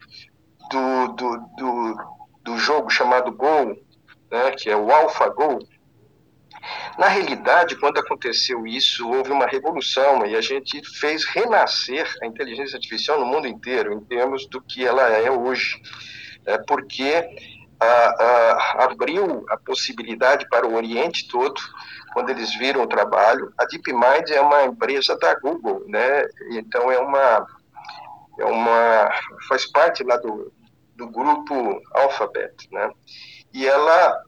do jogo chamado Go, né, que é o AlphaGo? Na realidade, quando aconteceu isso, houve uma revolução e a gente fez renascer a inteligência artificial no mundo inteiro, em termos do que ela é hoje. Porque abriu a possibilidade para o Oriente todo, quando eles viram o trabalho. A DeepMind é uma empresa da Google, né? Então faz parte lá do grupo Alphabet, né? E ela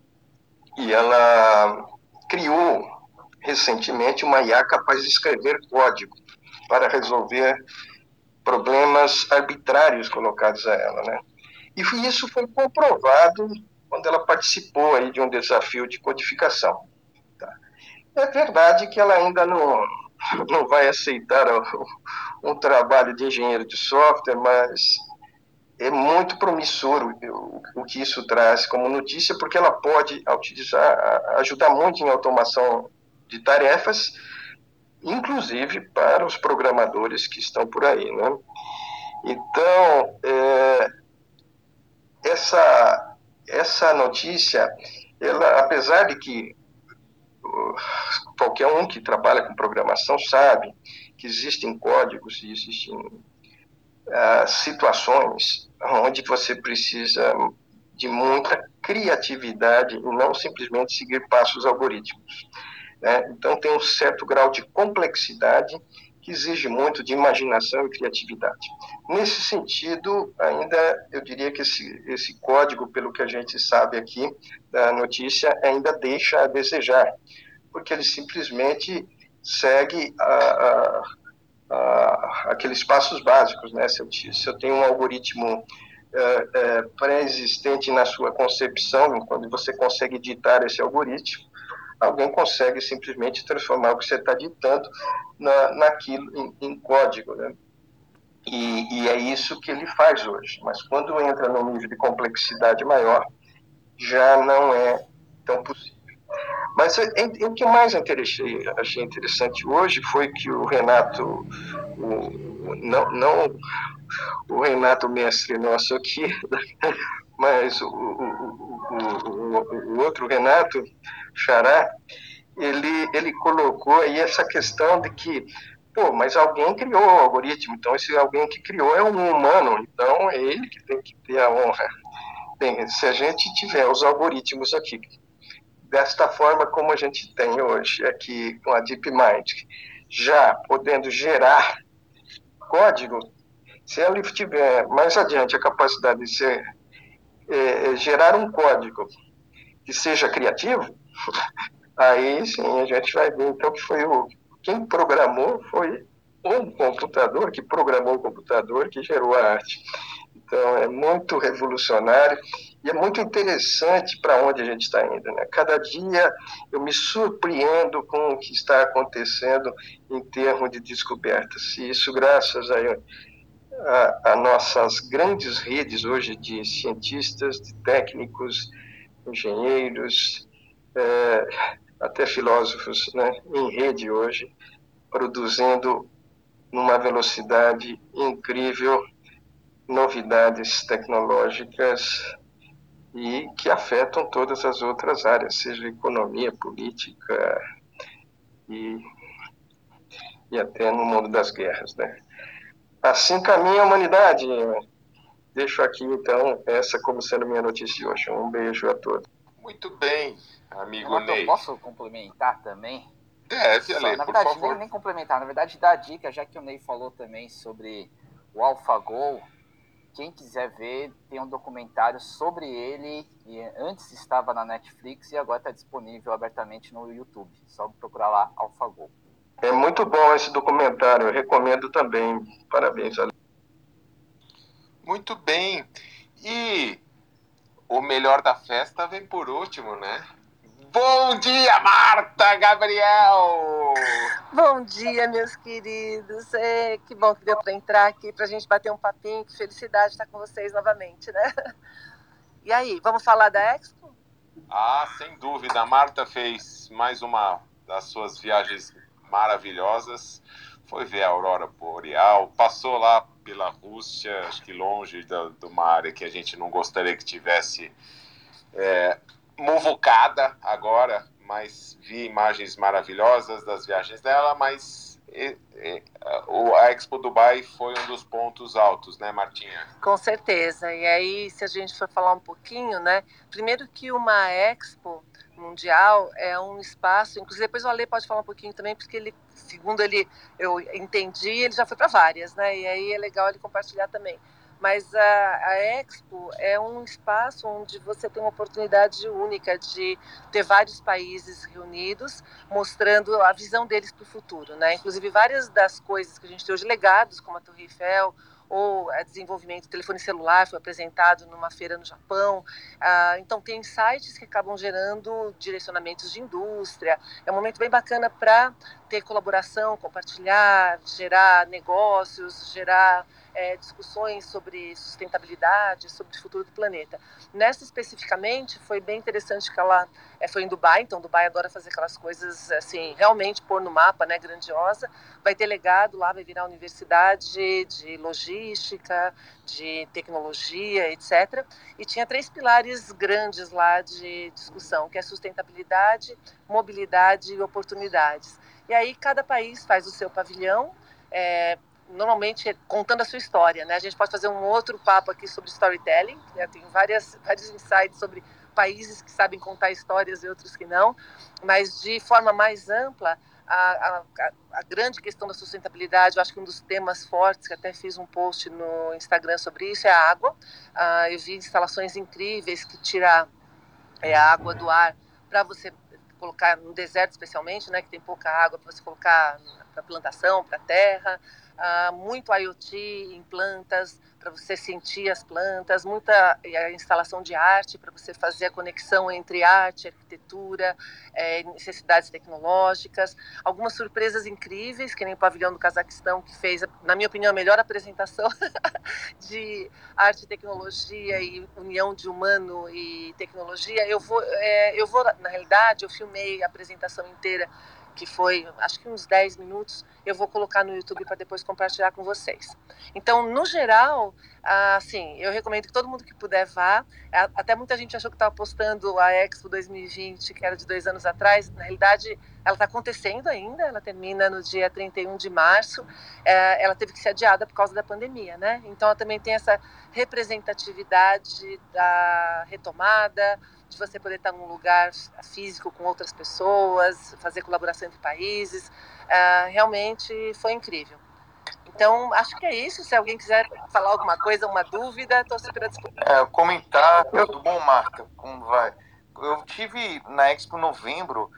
criou recentemente uma IA capaz de escrever código para resolver problemas arbitrários colocados a ela, né? E isso foi comprovado quando ela participou aí de um desafio de codificação. Tá? É verdade que ela ainda não vai aceitar um trabalho de engenheiro de software, mas é muito promissor o que isso traz como notícia, porque ela pode ajudar muito em automação de tarefas, inclusive para os programadores que estão por aí, né? Então, essa notícia, ela, apesar de que qualquer um que trabalha com programação sabe que existem códigos e existem situações onde você precisa de muita criatividade e não simplesmente seguir passos algorítmicos, né? Então tem um certo grau de complexidade que exige muito de imaginação e criatividade. Nesse sentido, ainda eu diria que esse código, pelo que a gente sabe aqui da notícia, ainda deixa a desejar, porque ele simplesmente segue aqueles passos básicos, né? Se eu tenho um algoritmo pré-existente na sua concepção, quando você consegue ditar esse algoritmo, alguém consegue simplesmente transformar o que você está ditando naquilo em código, né? E é isso que ele faz hoje. Mas quando entra num nível de complexidade maior, já não é tão possível. Mas o que mais achei interessante hoje foi que o Renato, o não o Renato mestre nosso aqui, mas o outro Renato Xará, ele colocou aí essa questão de que, mas alguém criou o algoritmo, então esse alguém que criou é um humano, então é ele que tem que ter a honra. Bem, se a gente tiver os algoritmos aqui, desta forma como a gente tem hoje aqui com a DeepMind, já podendo gerar código, se ela tiver mais adiante a capacidade de gerar um código que seja criativo, aí sim a gente vai ver então que quem programou foi um computador que programou o computador que gerou a arte. Então é muito revolucionário e é muito interessante para onde a gente está indo, né? Cada dia eu me surpreendo com o que está acontecendo em termos de descobertas. E isso graças a nossas grandes redes hoje de cientistas, de técnicos, engenheiros, até filósofos, né, em rede hoje, produzindo numa velocidade incrível novidades tecnológicas e que afetam todas as outras áreas, seja economia, política e até no mundo das guerras, né? Assim caminha a humanidade. Deixo aqui, então, essa como sendo minha notícia de hoje. Um beijo a todos. Muito bem, amigo Renato, Ney. eu posso complementar também? Deve, Ale, na por verdade, favor. nem complementar, na verdade, dar a dica, já que o Ney falou também sobre o AlphaGo. Quem quiser ver, tem um documentário sobre ele, e antes estava na Netflix e agora está disponível abertamente no YouTube. Só procurar lá, AlphaGo. É muito bom esse documentário, eu recomendo também. Parabéns, Ale. Muito bem. E o melhor da festa vem por último, né? Bom dia, Marta Gabriel! Bom dia, meus queridos. Que bom que deu para entrar aqui para a gente bater um papinho. Que felicidade estar com vocês novamente, né? E aí, vamos falar da Expo? Ah, sem dúvida. A Marta fez mais uma das suas viagens maravilhosas. Foi ver a aurora boreal, passou lá pela Rússia, acho que longe de uma área que a gente não gostaria que tivesse muvucada agora, mas vi imagens maravilhosas das viagens dela, mas a Expo Dubai foi um dos pontos altos, né, Martinha? Com certeza. E aí, se a gente for falar um pouquinho, né? Primeiro que uma Expo mundial é um espaço, inclusive depois o Ale pode falar um pouquinho também, porque ele, segundo eu entendi, ele já foi para várias, né? E aí é legal ele compartilhar também. Mas a Expo é um espaço onde você tem uma oportunidade única de ter vários países reunidos, mostrando a visão deles para o futuro, né? Inclusive várias das coisas que a gente tem hoje, legados, como a Torre Eiffel, ou desenvolvimento do telefone celular, foi apresentado numa feira no Japão. Então tem sites que acabam gerando direcionamentos de indústria. É um momento bem bacana para ter colaboração, compartilhar, gerar negócios, gerar discussões sobre sustentabilidade, sobre o futuro do planeta. Nessa especificamente, foi bem interessante que ela foi em Dubai, então Dubai adora fazer aquelas coisas assim, realmente pôr no mapa, né, grandiosa. Vai ter legado lá, vai virar universidade de logística, de tecnologia, etc. E tinha 3 pilares grandes lá de discussão, que é sustentabilidade, mobilidade e oportunidades. E aí cada país faz o seu pavilhão, normalmente contando a sua história, né? A gente pode fazer um outro papo aqui sobre storytelling, né? Tem vários insights sobre países que sabem contar histórias e outros que não, mas de forma mais ampla, a grande questão da sustentabilidade, eu acho que um dos temas fortes, que até fiz um post no Instagram sobre isso, é a água. Eu vi instalações incríveis que tiram a água do ar para você colocar no deserto especialmente, né, que tem pouca água para você colocar para plantação, para terra. Muito IoT em plantas, para você sentir as plantas, muita instalação de arte, para você fazer a conexão entre arte, arquitetura, necessidades tecnológicas. Algumas surpresas incríveis, que nem o pavilhão do Cazaquistão, que fez, na minha opinião, a melhor apresentação de arte, tecnologia e união de humano e tecnologia. Eu vou, na realidade, eu filmei a apresentação inteira, que foi, acho que uns 10 minutos, eu vou colocar no YouTube para depois compartilhar com vocês. Então, no geral, assim, eu recomendo que todo mundo que puder vá. Até muita gente achou que estava postando a Expo 2020, que era de 2 anos atrás. Na realidade, ela está acontecendo ainda, ela termina no dia 31 de março. Ela teve que ser adiada por causa da pandemia, né? Então, ela também tem essa representatividade da retomada, de você poder estar num lugar físico com outras pessoas, fazer colaboração entre países. Realmente foi incrível. Então, acho que é isso. Se alguém quiser falar alguma coisa, uma dúvida, estou super à disposição. Comentar, tudo bom, Marta? Como vai? Eu tive na Expo em novembro.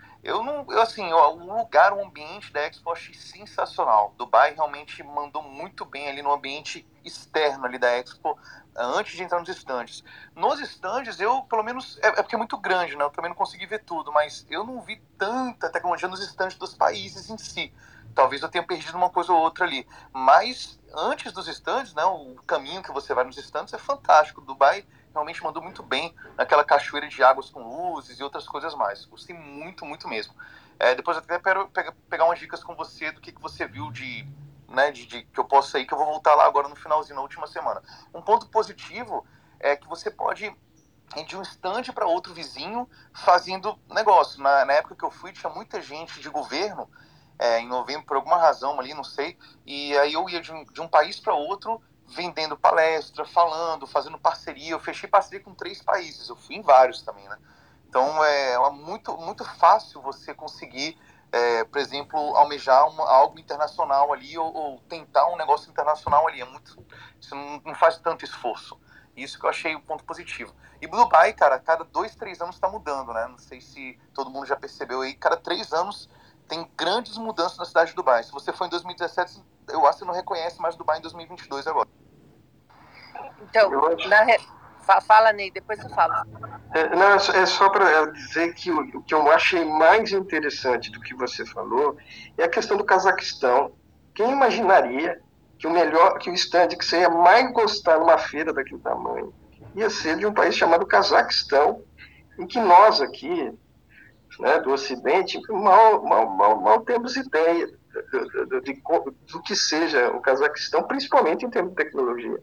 O lugar, o ambiente da Expo eu achei sensacional. Dubai realmente mandou muito bem ali no ambiente externo ali da Expo, antes de entrar nos estandes. Nos estandes, eu, pelo menos, porque é muito grande, né? Eu também não consegui ver tudo, mas eu não vi tanta tecnologia nos estandes dos países em si. Talvez eu tenha perdido uma coisa ou outra ali. Mas, antes dos estandes, né? O caminho que você vai nos estandes é fantástico. Dubai realmente mandou muito bem naquela cachoeira de águas com luzes e outras coisas mais. Gostei muito, muito mesmo. Depois eu até quero pegar umas dicas com você do que você viu de que eu possa ir, que eu vou voltar lá agora no finalzinho, na última semana. Um ponto positivo é que você pode ir de um estande para outro vizinho fazendo negócio. Na época que eu fui, tinha muita gente de governo, em novembro, por alguma razão ali, não sei, e aí eu ia de um país para outro, vendendo palestra, falando, fazendo parceria. Eu fechei parceria com 3 países, eu fui em vários também, né? Então é muito, muito fácil você conseguir, por exemplo, almejar algo internacional ali, ou tentar um negócio internacional ali. Você não faz tanto esforço. Isso que eu achei um ponto positivo. E Dubai, cara, cada 2, 3 anos está mudando, né? Não sei se todo mundo já percebeu aí, cada 3 anos tem grandes mudanças na cidade de Dubai. Se você for em 2017, eu acho que você não reconhece mais Dubai em 2022 agora. Então, fala, Ney, depois eu falo. Não, é só para dizer que o que eu achei mais interessante do que você falou é a questão do Cazaquistão. Quem imaginaria que o stand que você ia mais gostar numa feira daquele tamanho ia ser de um país chamado Cazaquistão, em que nós aqui, né, do Ocidente, mal temos ideia do que seja o Cazaquistão, principalmente em termos de tecnologia.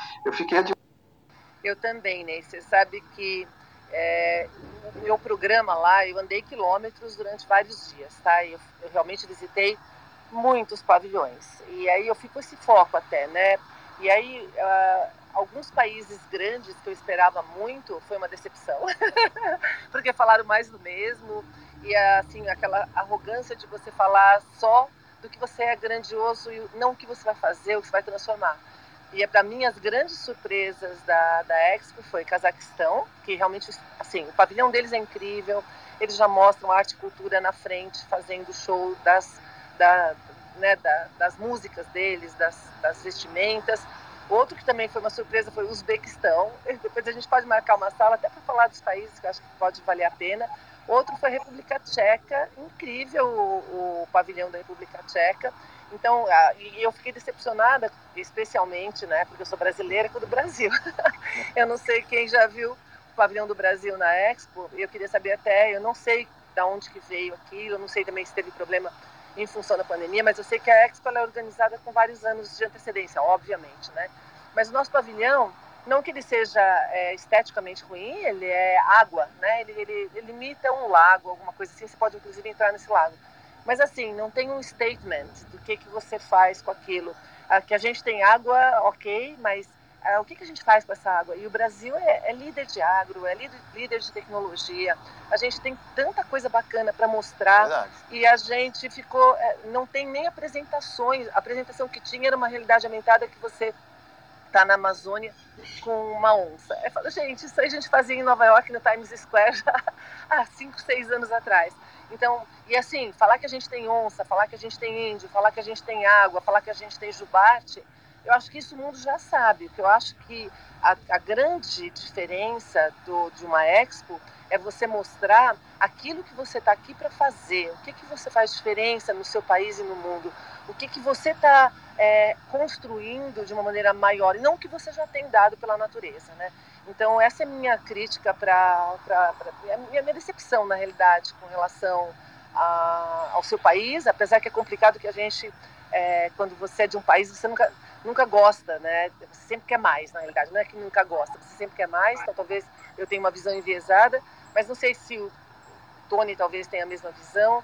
Eu também, né? Você sabe que no meu programa lá, eu andei quilômetros durante vários dias, tá? Eu realmente visitei muitos pavilhões. E aí eu fico com esse foco até, né? E aí, alguns países grandes que eu esperava muito, foi uma decepção. Porque falaram mais do mesmo. E, assim, aquela arrogância de você falar só do que você é grandioso e não o que você vai fazer, o que você vai transformar. E para mim as grandes surpresas da Expo foi Cazaquistão, que realmente, assim, o pavilhão deles é incrível, eles já mostram arte e cultura na frente, fazendo show das músicas deles, das vestimentas. Outro que também foi uma surpresa foi o Uzbequistão. Depois a gente pode marcar uma sala até para falar dos países, que eu acho que pode valer a pena. Outro foi a República Tcheca, incrível o pavilhão da República Tcheca. Então, eu fiquei decepcionada, especialmente, né, porque eu sou brasileira, com o do Brasil. Eu não sei quem já viu o pavilhão do Brasil na Expo, eu queria saber até, eu não sei de onde que veio aquilo, eu não sei também se teve problema em função da pandemia, mas eu sei que a Expo é organizada com vários anos de antecedência, obviamente, né? Mas o nosso pavilhão, não que ele seja esteticamente ruim, ele é água, né? Ele imita um lago, alguma coisa assim, você pode inclusive entrar nesse lago. Mas assim, não tem um statement do que você faz com aquilo. Que a gente tem água, ok, mas o que a gente faz com essa água? E o Brasil é líder de agro, é líder de tecnologia. A gente tem tanta coisa bacana para mostrar. Verdade. E a gente ficou... não tem nem apresentações. A apresentação que tinha era uma realidade aumentada que você está na Amazônia com uma onça. Eu falo, gente, isso aí a gente fazia em Nova York, no Times Square, já há 5, 6 anos atrás. Então, e assim, falar que a gente tem onça, falar que a gente tem índio, falar que a gente tem água, falar que a gente tem jubarte, eu acho que isso o mundo já sabe. Eu acho que a grande diferença de uma Expo é você mostrar aquilo que você está aqui para fazer, o que você faz diferença no seu país e no mundo, o que você está construindo de uma maneira maior, e não o que você já tem dado pela natureza, né? Então, essa é a minha crítica, minha decepção, na realidade, com relação ao seu país, apesar que é complicado que a gente, quando você é de um país, você nunca gosta, né? Você sempre quer mais, na realidade. Não é que nunca gosta, você sempre quer mais, então talvez eu tenha uma visão enviesada, mas não sei se o Tony talvez tenha a mesma visão.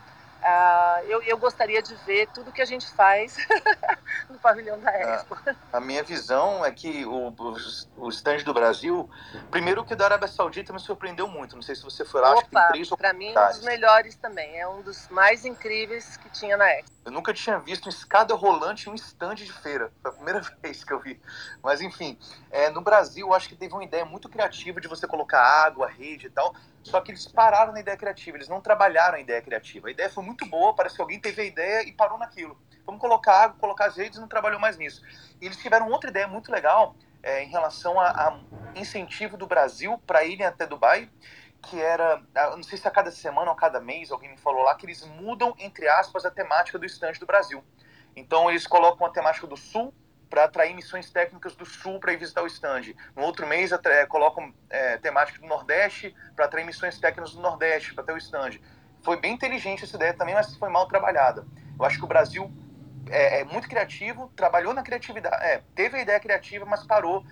Eu gostaria de ver tudo que a gente faz no pavilhão da Expo. A minha visão é que o stand do Brasil, primeiro que o da Arábia Saudita me surpreendeu muito. Não sei se você foi lá, acho que tem 3 ou 4 para mim, um dos melhores também. É um dos mais incríveis que tinha na Expo. Eu nunca tinha visto uma escada rolante em um stand de feira. Foi a primeira vez que eu vi. Mas, enfim, no Brasil, eu acho que teve uma ideia muito criativa de você colocar água, rede e tal. Só que eles pararam na ideia criativa. Eles não trabalharam a ideia criativa. A ideia foi muito boa. Parece que alguém teve a ideia e parou naquilo. Vamos colocar água, colocar as redes e não trabalhou mais nisso. E eles tiveram outra ideia muito legal em relação a incentivo do Brasil para irem até Dubai, que era, não sei se a cada semana ou a cada mês, alguém me falou lá, que eles mudam, entre aspas, a temática do stand do Brasil. Então eles colocam a temática do Sul para atrair missões técnicas do Sul para ir visitar o stand. No outro mês colocam temática do Nordeste para atrair missões técnicas do Nordeste para ter o stand. Foi bem inteligente essa ideia também, mas foi mal trabalhada. Eu acho que o Brasil é muito criativo, trabalhou na criatividade, teve a ideia criativa, mas parou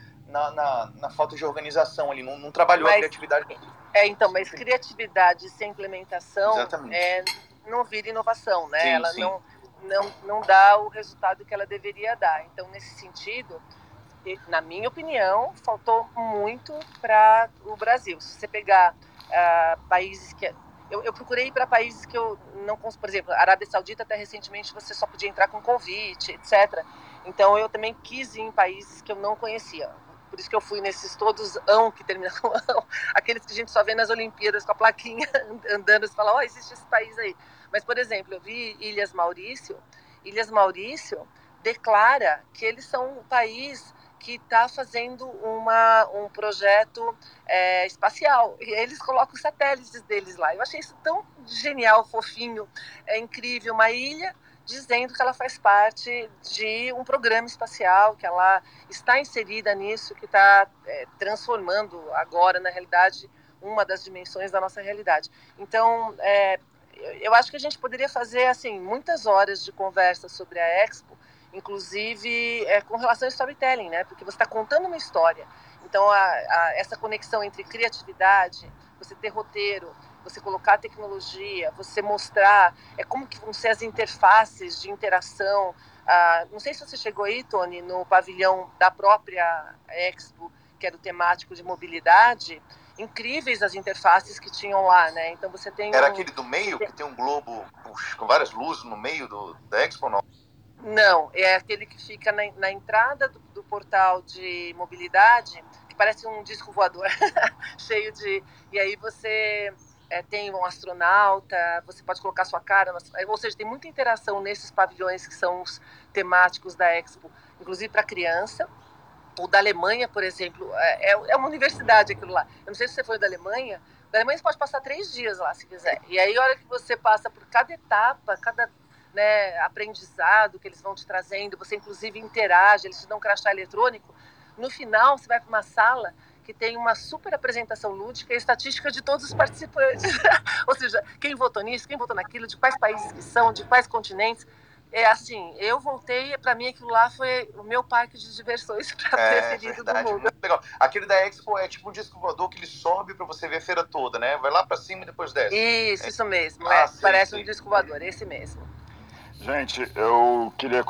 na falta de organização ali, não trabalhou a criatividade. Então, mas criatividade sem implementação não vira inovação, né? Sim, ela sim. Não dá o resultado que ela deveria dar. Então, nesse sentido, na minha opinião, faltou muito para o Brasil. Se você pegar países que... Eu procurei ir para países que eu não consigo, por exemplo, a Arábia Saudita, até recentemente você só podia entrar com convite, etc. Então eu também quis ir em países que eu não conhecia. Por isso que eu fui nesses todos que terminam com aqueles que a gente só vê nas Olimpíadas com a plaquinha andando e fala, existe esse país aí. Mas, por exemplo, eu vi Ilhas Maurício. Ilhas Maurício declara que eles são um país que está fazendo um projeto espacial. E eles colocam os satélites deles lá. Eu achei isso tão genial, fofinho, incrível. Uma ilha dizendo que ela faz parte de um programa espacial, que ela está inserida nisso, que está transformando agora, na realidade, uma das dimensões da nossa realidade. Então, eu acho que a gente poderia fazer assim muitas horas de conversa sobre a Expo, inclusive com relação ao storytelling, né? Porque você está contando uma história. Então, essa conexão entre criatividade, você ter roteiro, você colocar a tecnologia, você mostrar como que vão ser as interfaces de interação. Não sei se você chegou aí, Tony, no pavilhão da própria Expo, que era o temático de mobilidade. Incríveis as interfaces que tinham lá, né? Então você tem... Era aquele do meio, que tem um globo com várias luzes no meio da Expo, não? Não, é aquele que fica na entrada do portal de mobilidade, que parece um disco voador, cheio de... E aí você tem um astronauta, você pode colocar sua cara... Ou seja, tem muita interação nesses pavilhões que são os temáticos da Expo, inclusive para criança. O da Alemanha, por exemplo, é uma universidade aquilo lá. Eu não sei se você foi da Alemanha. Da Alemanha você pode passar 3 dias lá, se quiser. E aí, a hora que você passa por cada etapa, cada aprendizado que eles vão te trazendo, você inclusive interage, eles te dão um crachá eletrônico. No final, você vai para uma sala que tem uma super apresentação lúdica e estatística de todos os participantes. Ou seja, quem votou nisso, quem votou naquilo, de quais países que são, de quais continentes. Assim, eu voltei, para mim aquilo lá foi o meu parque de diversões preferido do mundo. Muito legal. Aquele da Expo é tipo um disco voador que ele sobe para você ver a feira toda, né? Vai lá para cima e depois desce. Isso mesmo. Parece um disco voador, esse mesmo. Gente, eu queria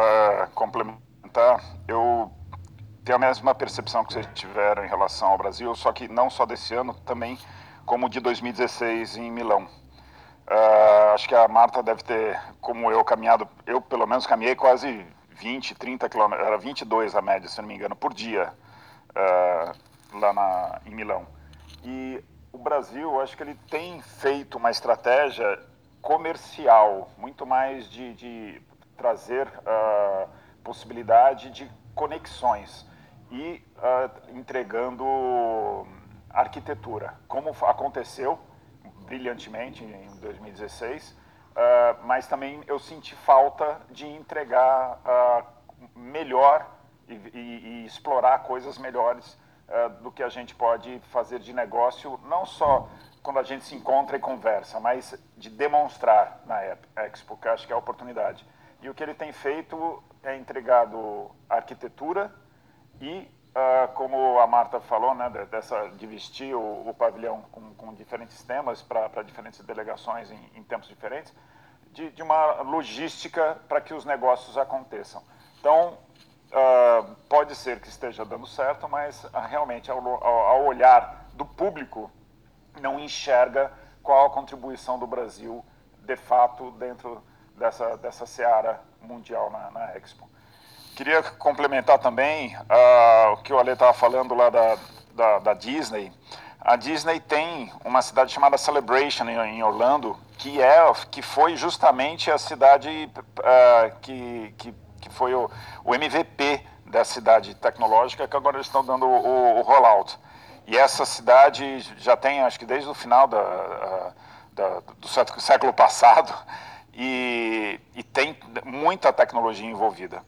complementar. Eu tenho a mesma percepção que vocês tiveram em relação ao Brasil, só que não só desse ano, também como de 2016 em Milão. Acho que a Marta deve ter, como eu, caminhado, eu pelo menos caminhei quase 20, 30 quilômetros, era 22 a média, se não me engano, por dia, lá em Milão. E o Brasil, acho que ele tem feito uma estratégia comercial, muito mais de trazer possibilidade de conexões e entregando arquitetura, como aconteceu brilhantemente em 2016, mas também eu senti falta de entregar melhor e explorar coisas melhores do que a gente pode fazer de negócio, não só quando a gente se encontra e conversa, mas de demonstrar na Expo, que eu acho que é a oportunidade. E o que ele tem feito é entregado arquitetura e, como a Marta falou, né, de vestir o pavilhão com diferentes temas para diferentes delegações em tempos diferentes, de uma logística para que os negócios aconteçam. Então, pode ser que esteja dando certo, mas realmente ao olhar do público não enxerga qual a contribuição do Brasil de fato dentro dessa seara mundial na Expo. Queria complementar também o que o Ale estava falando lá da Disney. A Disney tem uma cidade chamada Celebration em Orlando, que foi justamente a cidade que foi o MVP da cidade tecnológica, que agora eles estão dando o rollout. E essa cidade já tem, acho que desde o final do século passado, e tem muita tecnologia envolvida.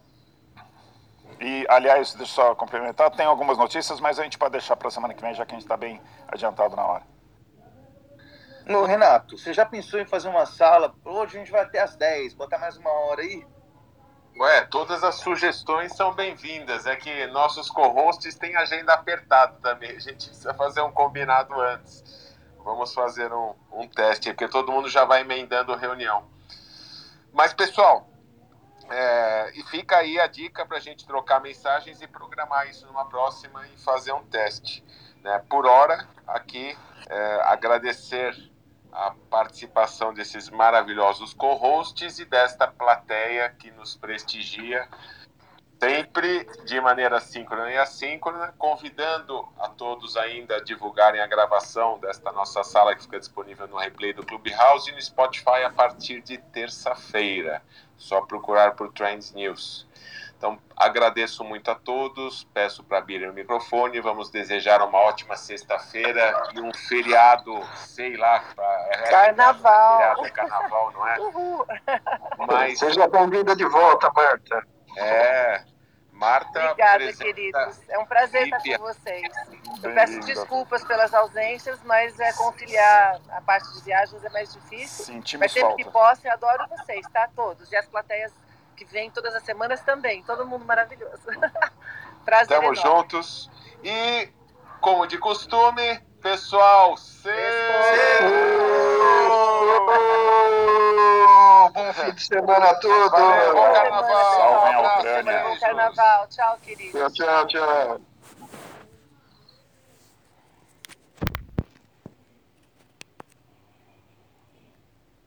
E, aliás, deixa eu só complementar, tem algumas notícias, mas a gente pode deixar para a semana que vem, já que a gente está bem adiantado na hora. Renato, você já pensou em fazer uma sala? Hoje a gente vai até às 10, botar mais uma hora aí? Todas as sugestões são bem-vindas. É que nossos co-hosts têm agenda apertada também. A gente precisa fazer um combinado antes. Vamos fazer um teste, porque todo mundo já vai emendando reunião. Mas, pessoal, e fica aí a dica para a gente trocar mensagens e programar isso numa próxima e fazer um teste. Né? Por hora, aqui, agradecer a participação desses maravilhosos co-hosts e desta plateia que nos prestigia, sempre de maneira síncrona e assíncrona, convidando a todos ainda a divulgarem a gravação desta nossa sala que fica disponível no replay do Clubhouse e no Spotify a partir de terça-feira. Só procurar por Trends News. Então, agradeço muito a todos, peço para abrirem o microfone, vamos desejar uma ótima sexta-feira e um feriado, sei lá... Carnaval! Feriado é carnaval, não é? Uhul! Mas... Seja bem-vinda de volta, Marta. Marta... Obrigada, queridos. É um prazer estar com vocês. Eu peço desculpas pelas ausências, mas conciliar a parte de viagens é mais difícil. Sentimos mas sempre falta. que posso, eu adoro vocês, tá? Todos. E as plateias que vêm todas as semanas também. Todo mundo maravilhoso. Prazer enorme. Estamos juntos. E, como de costume, pessoal, bom fim de semana a todos. Bom carnaval. Salvem a Ucrânia. Bom carnaval. Tchau, queridos. Tchau.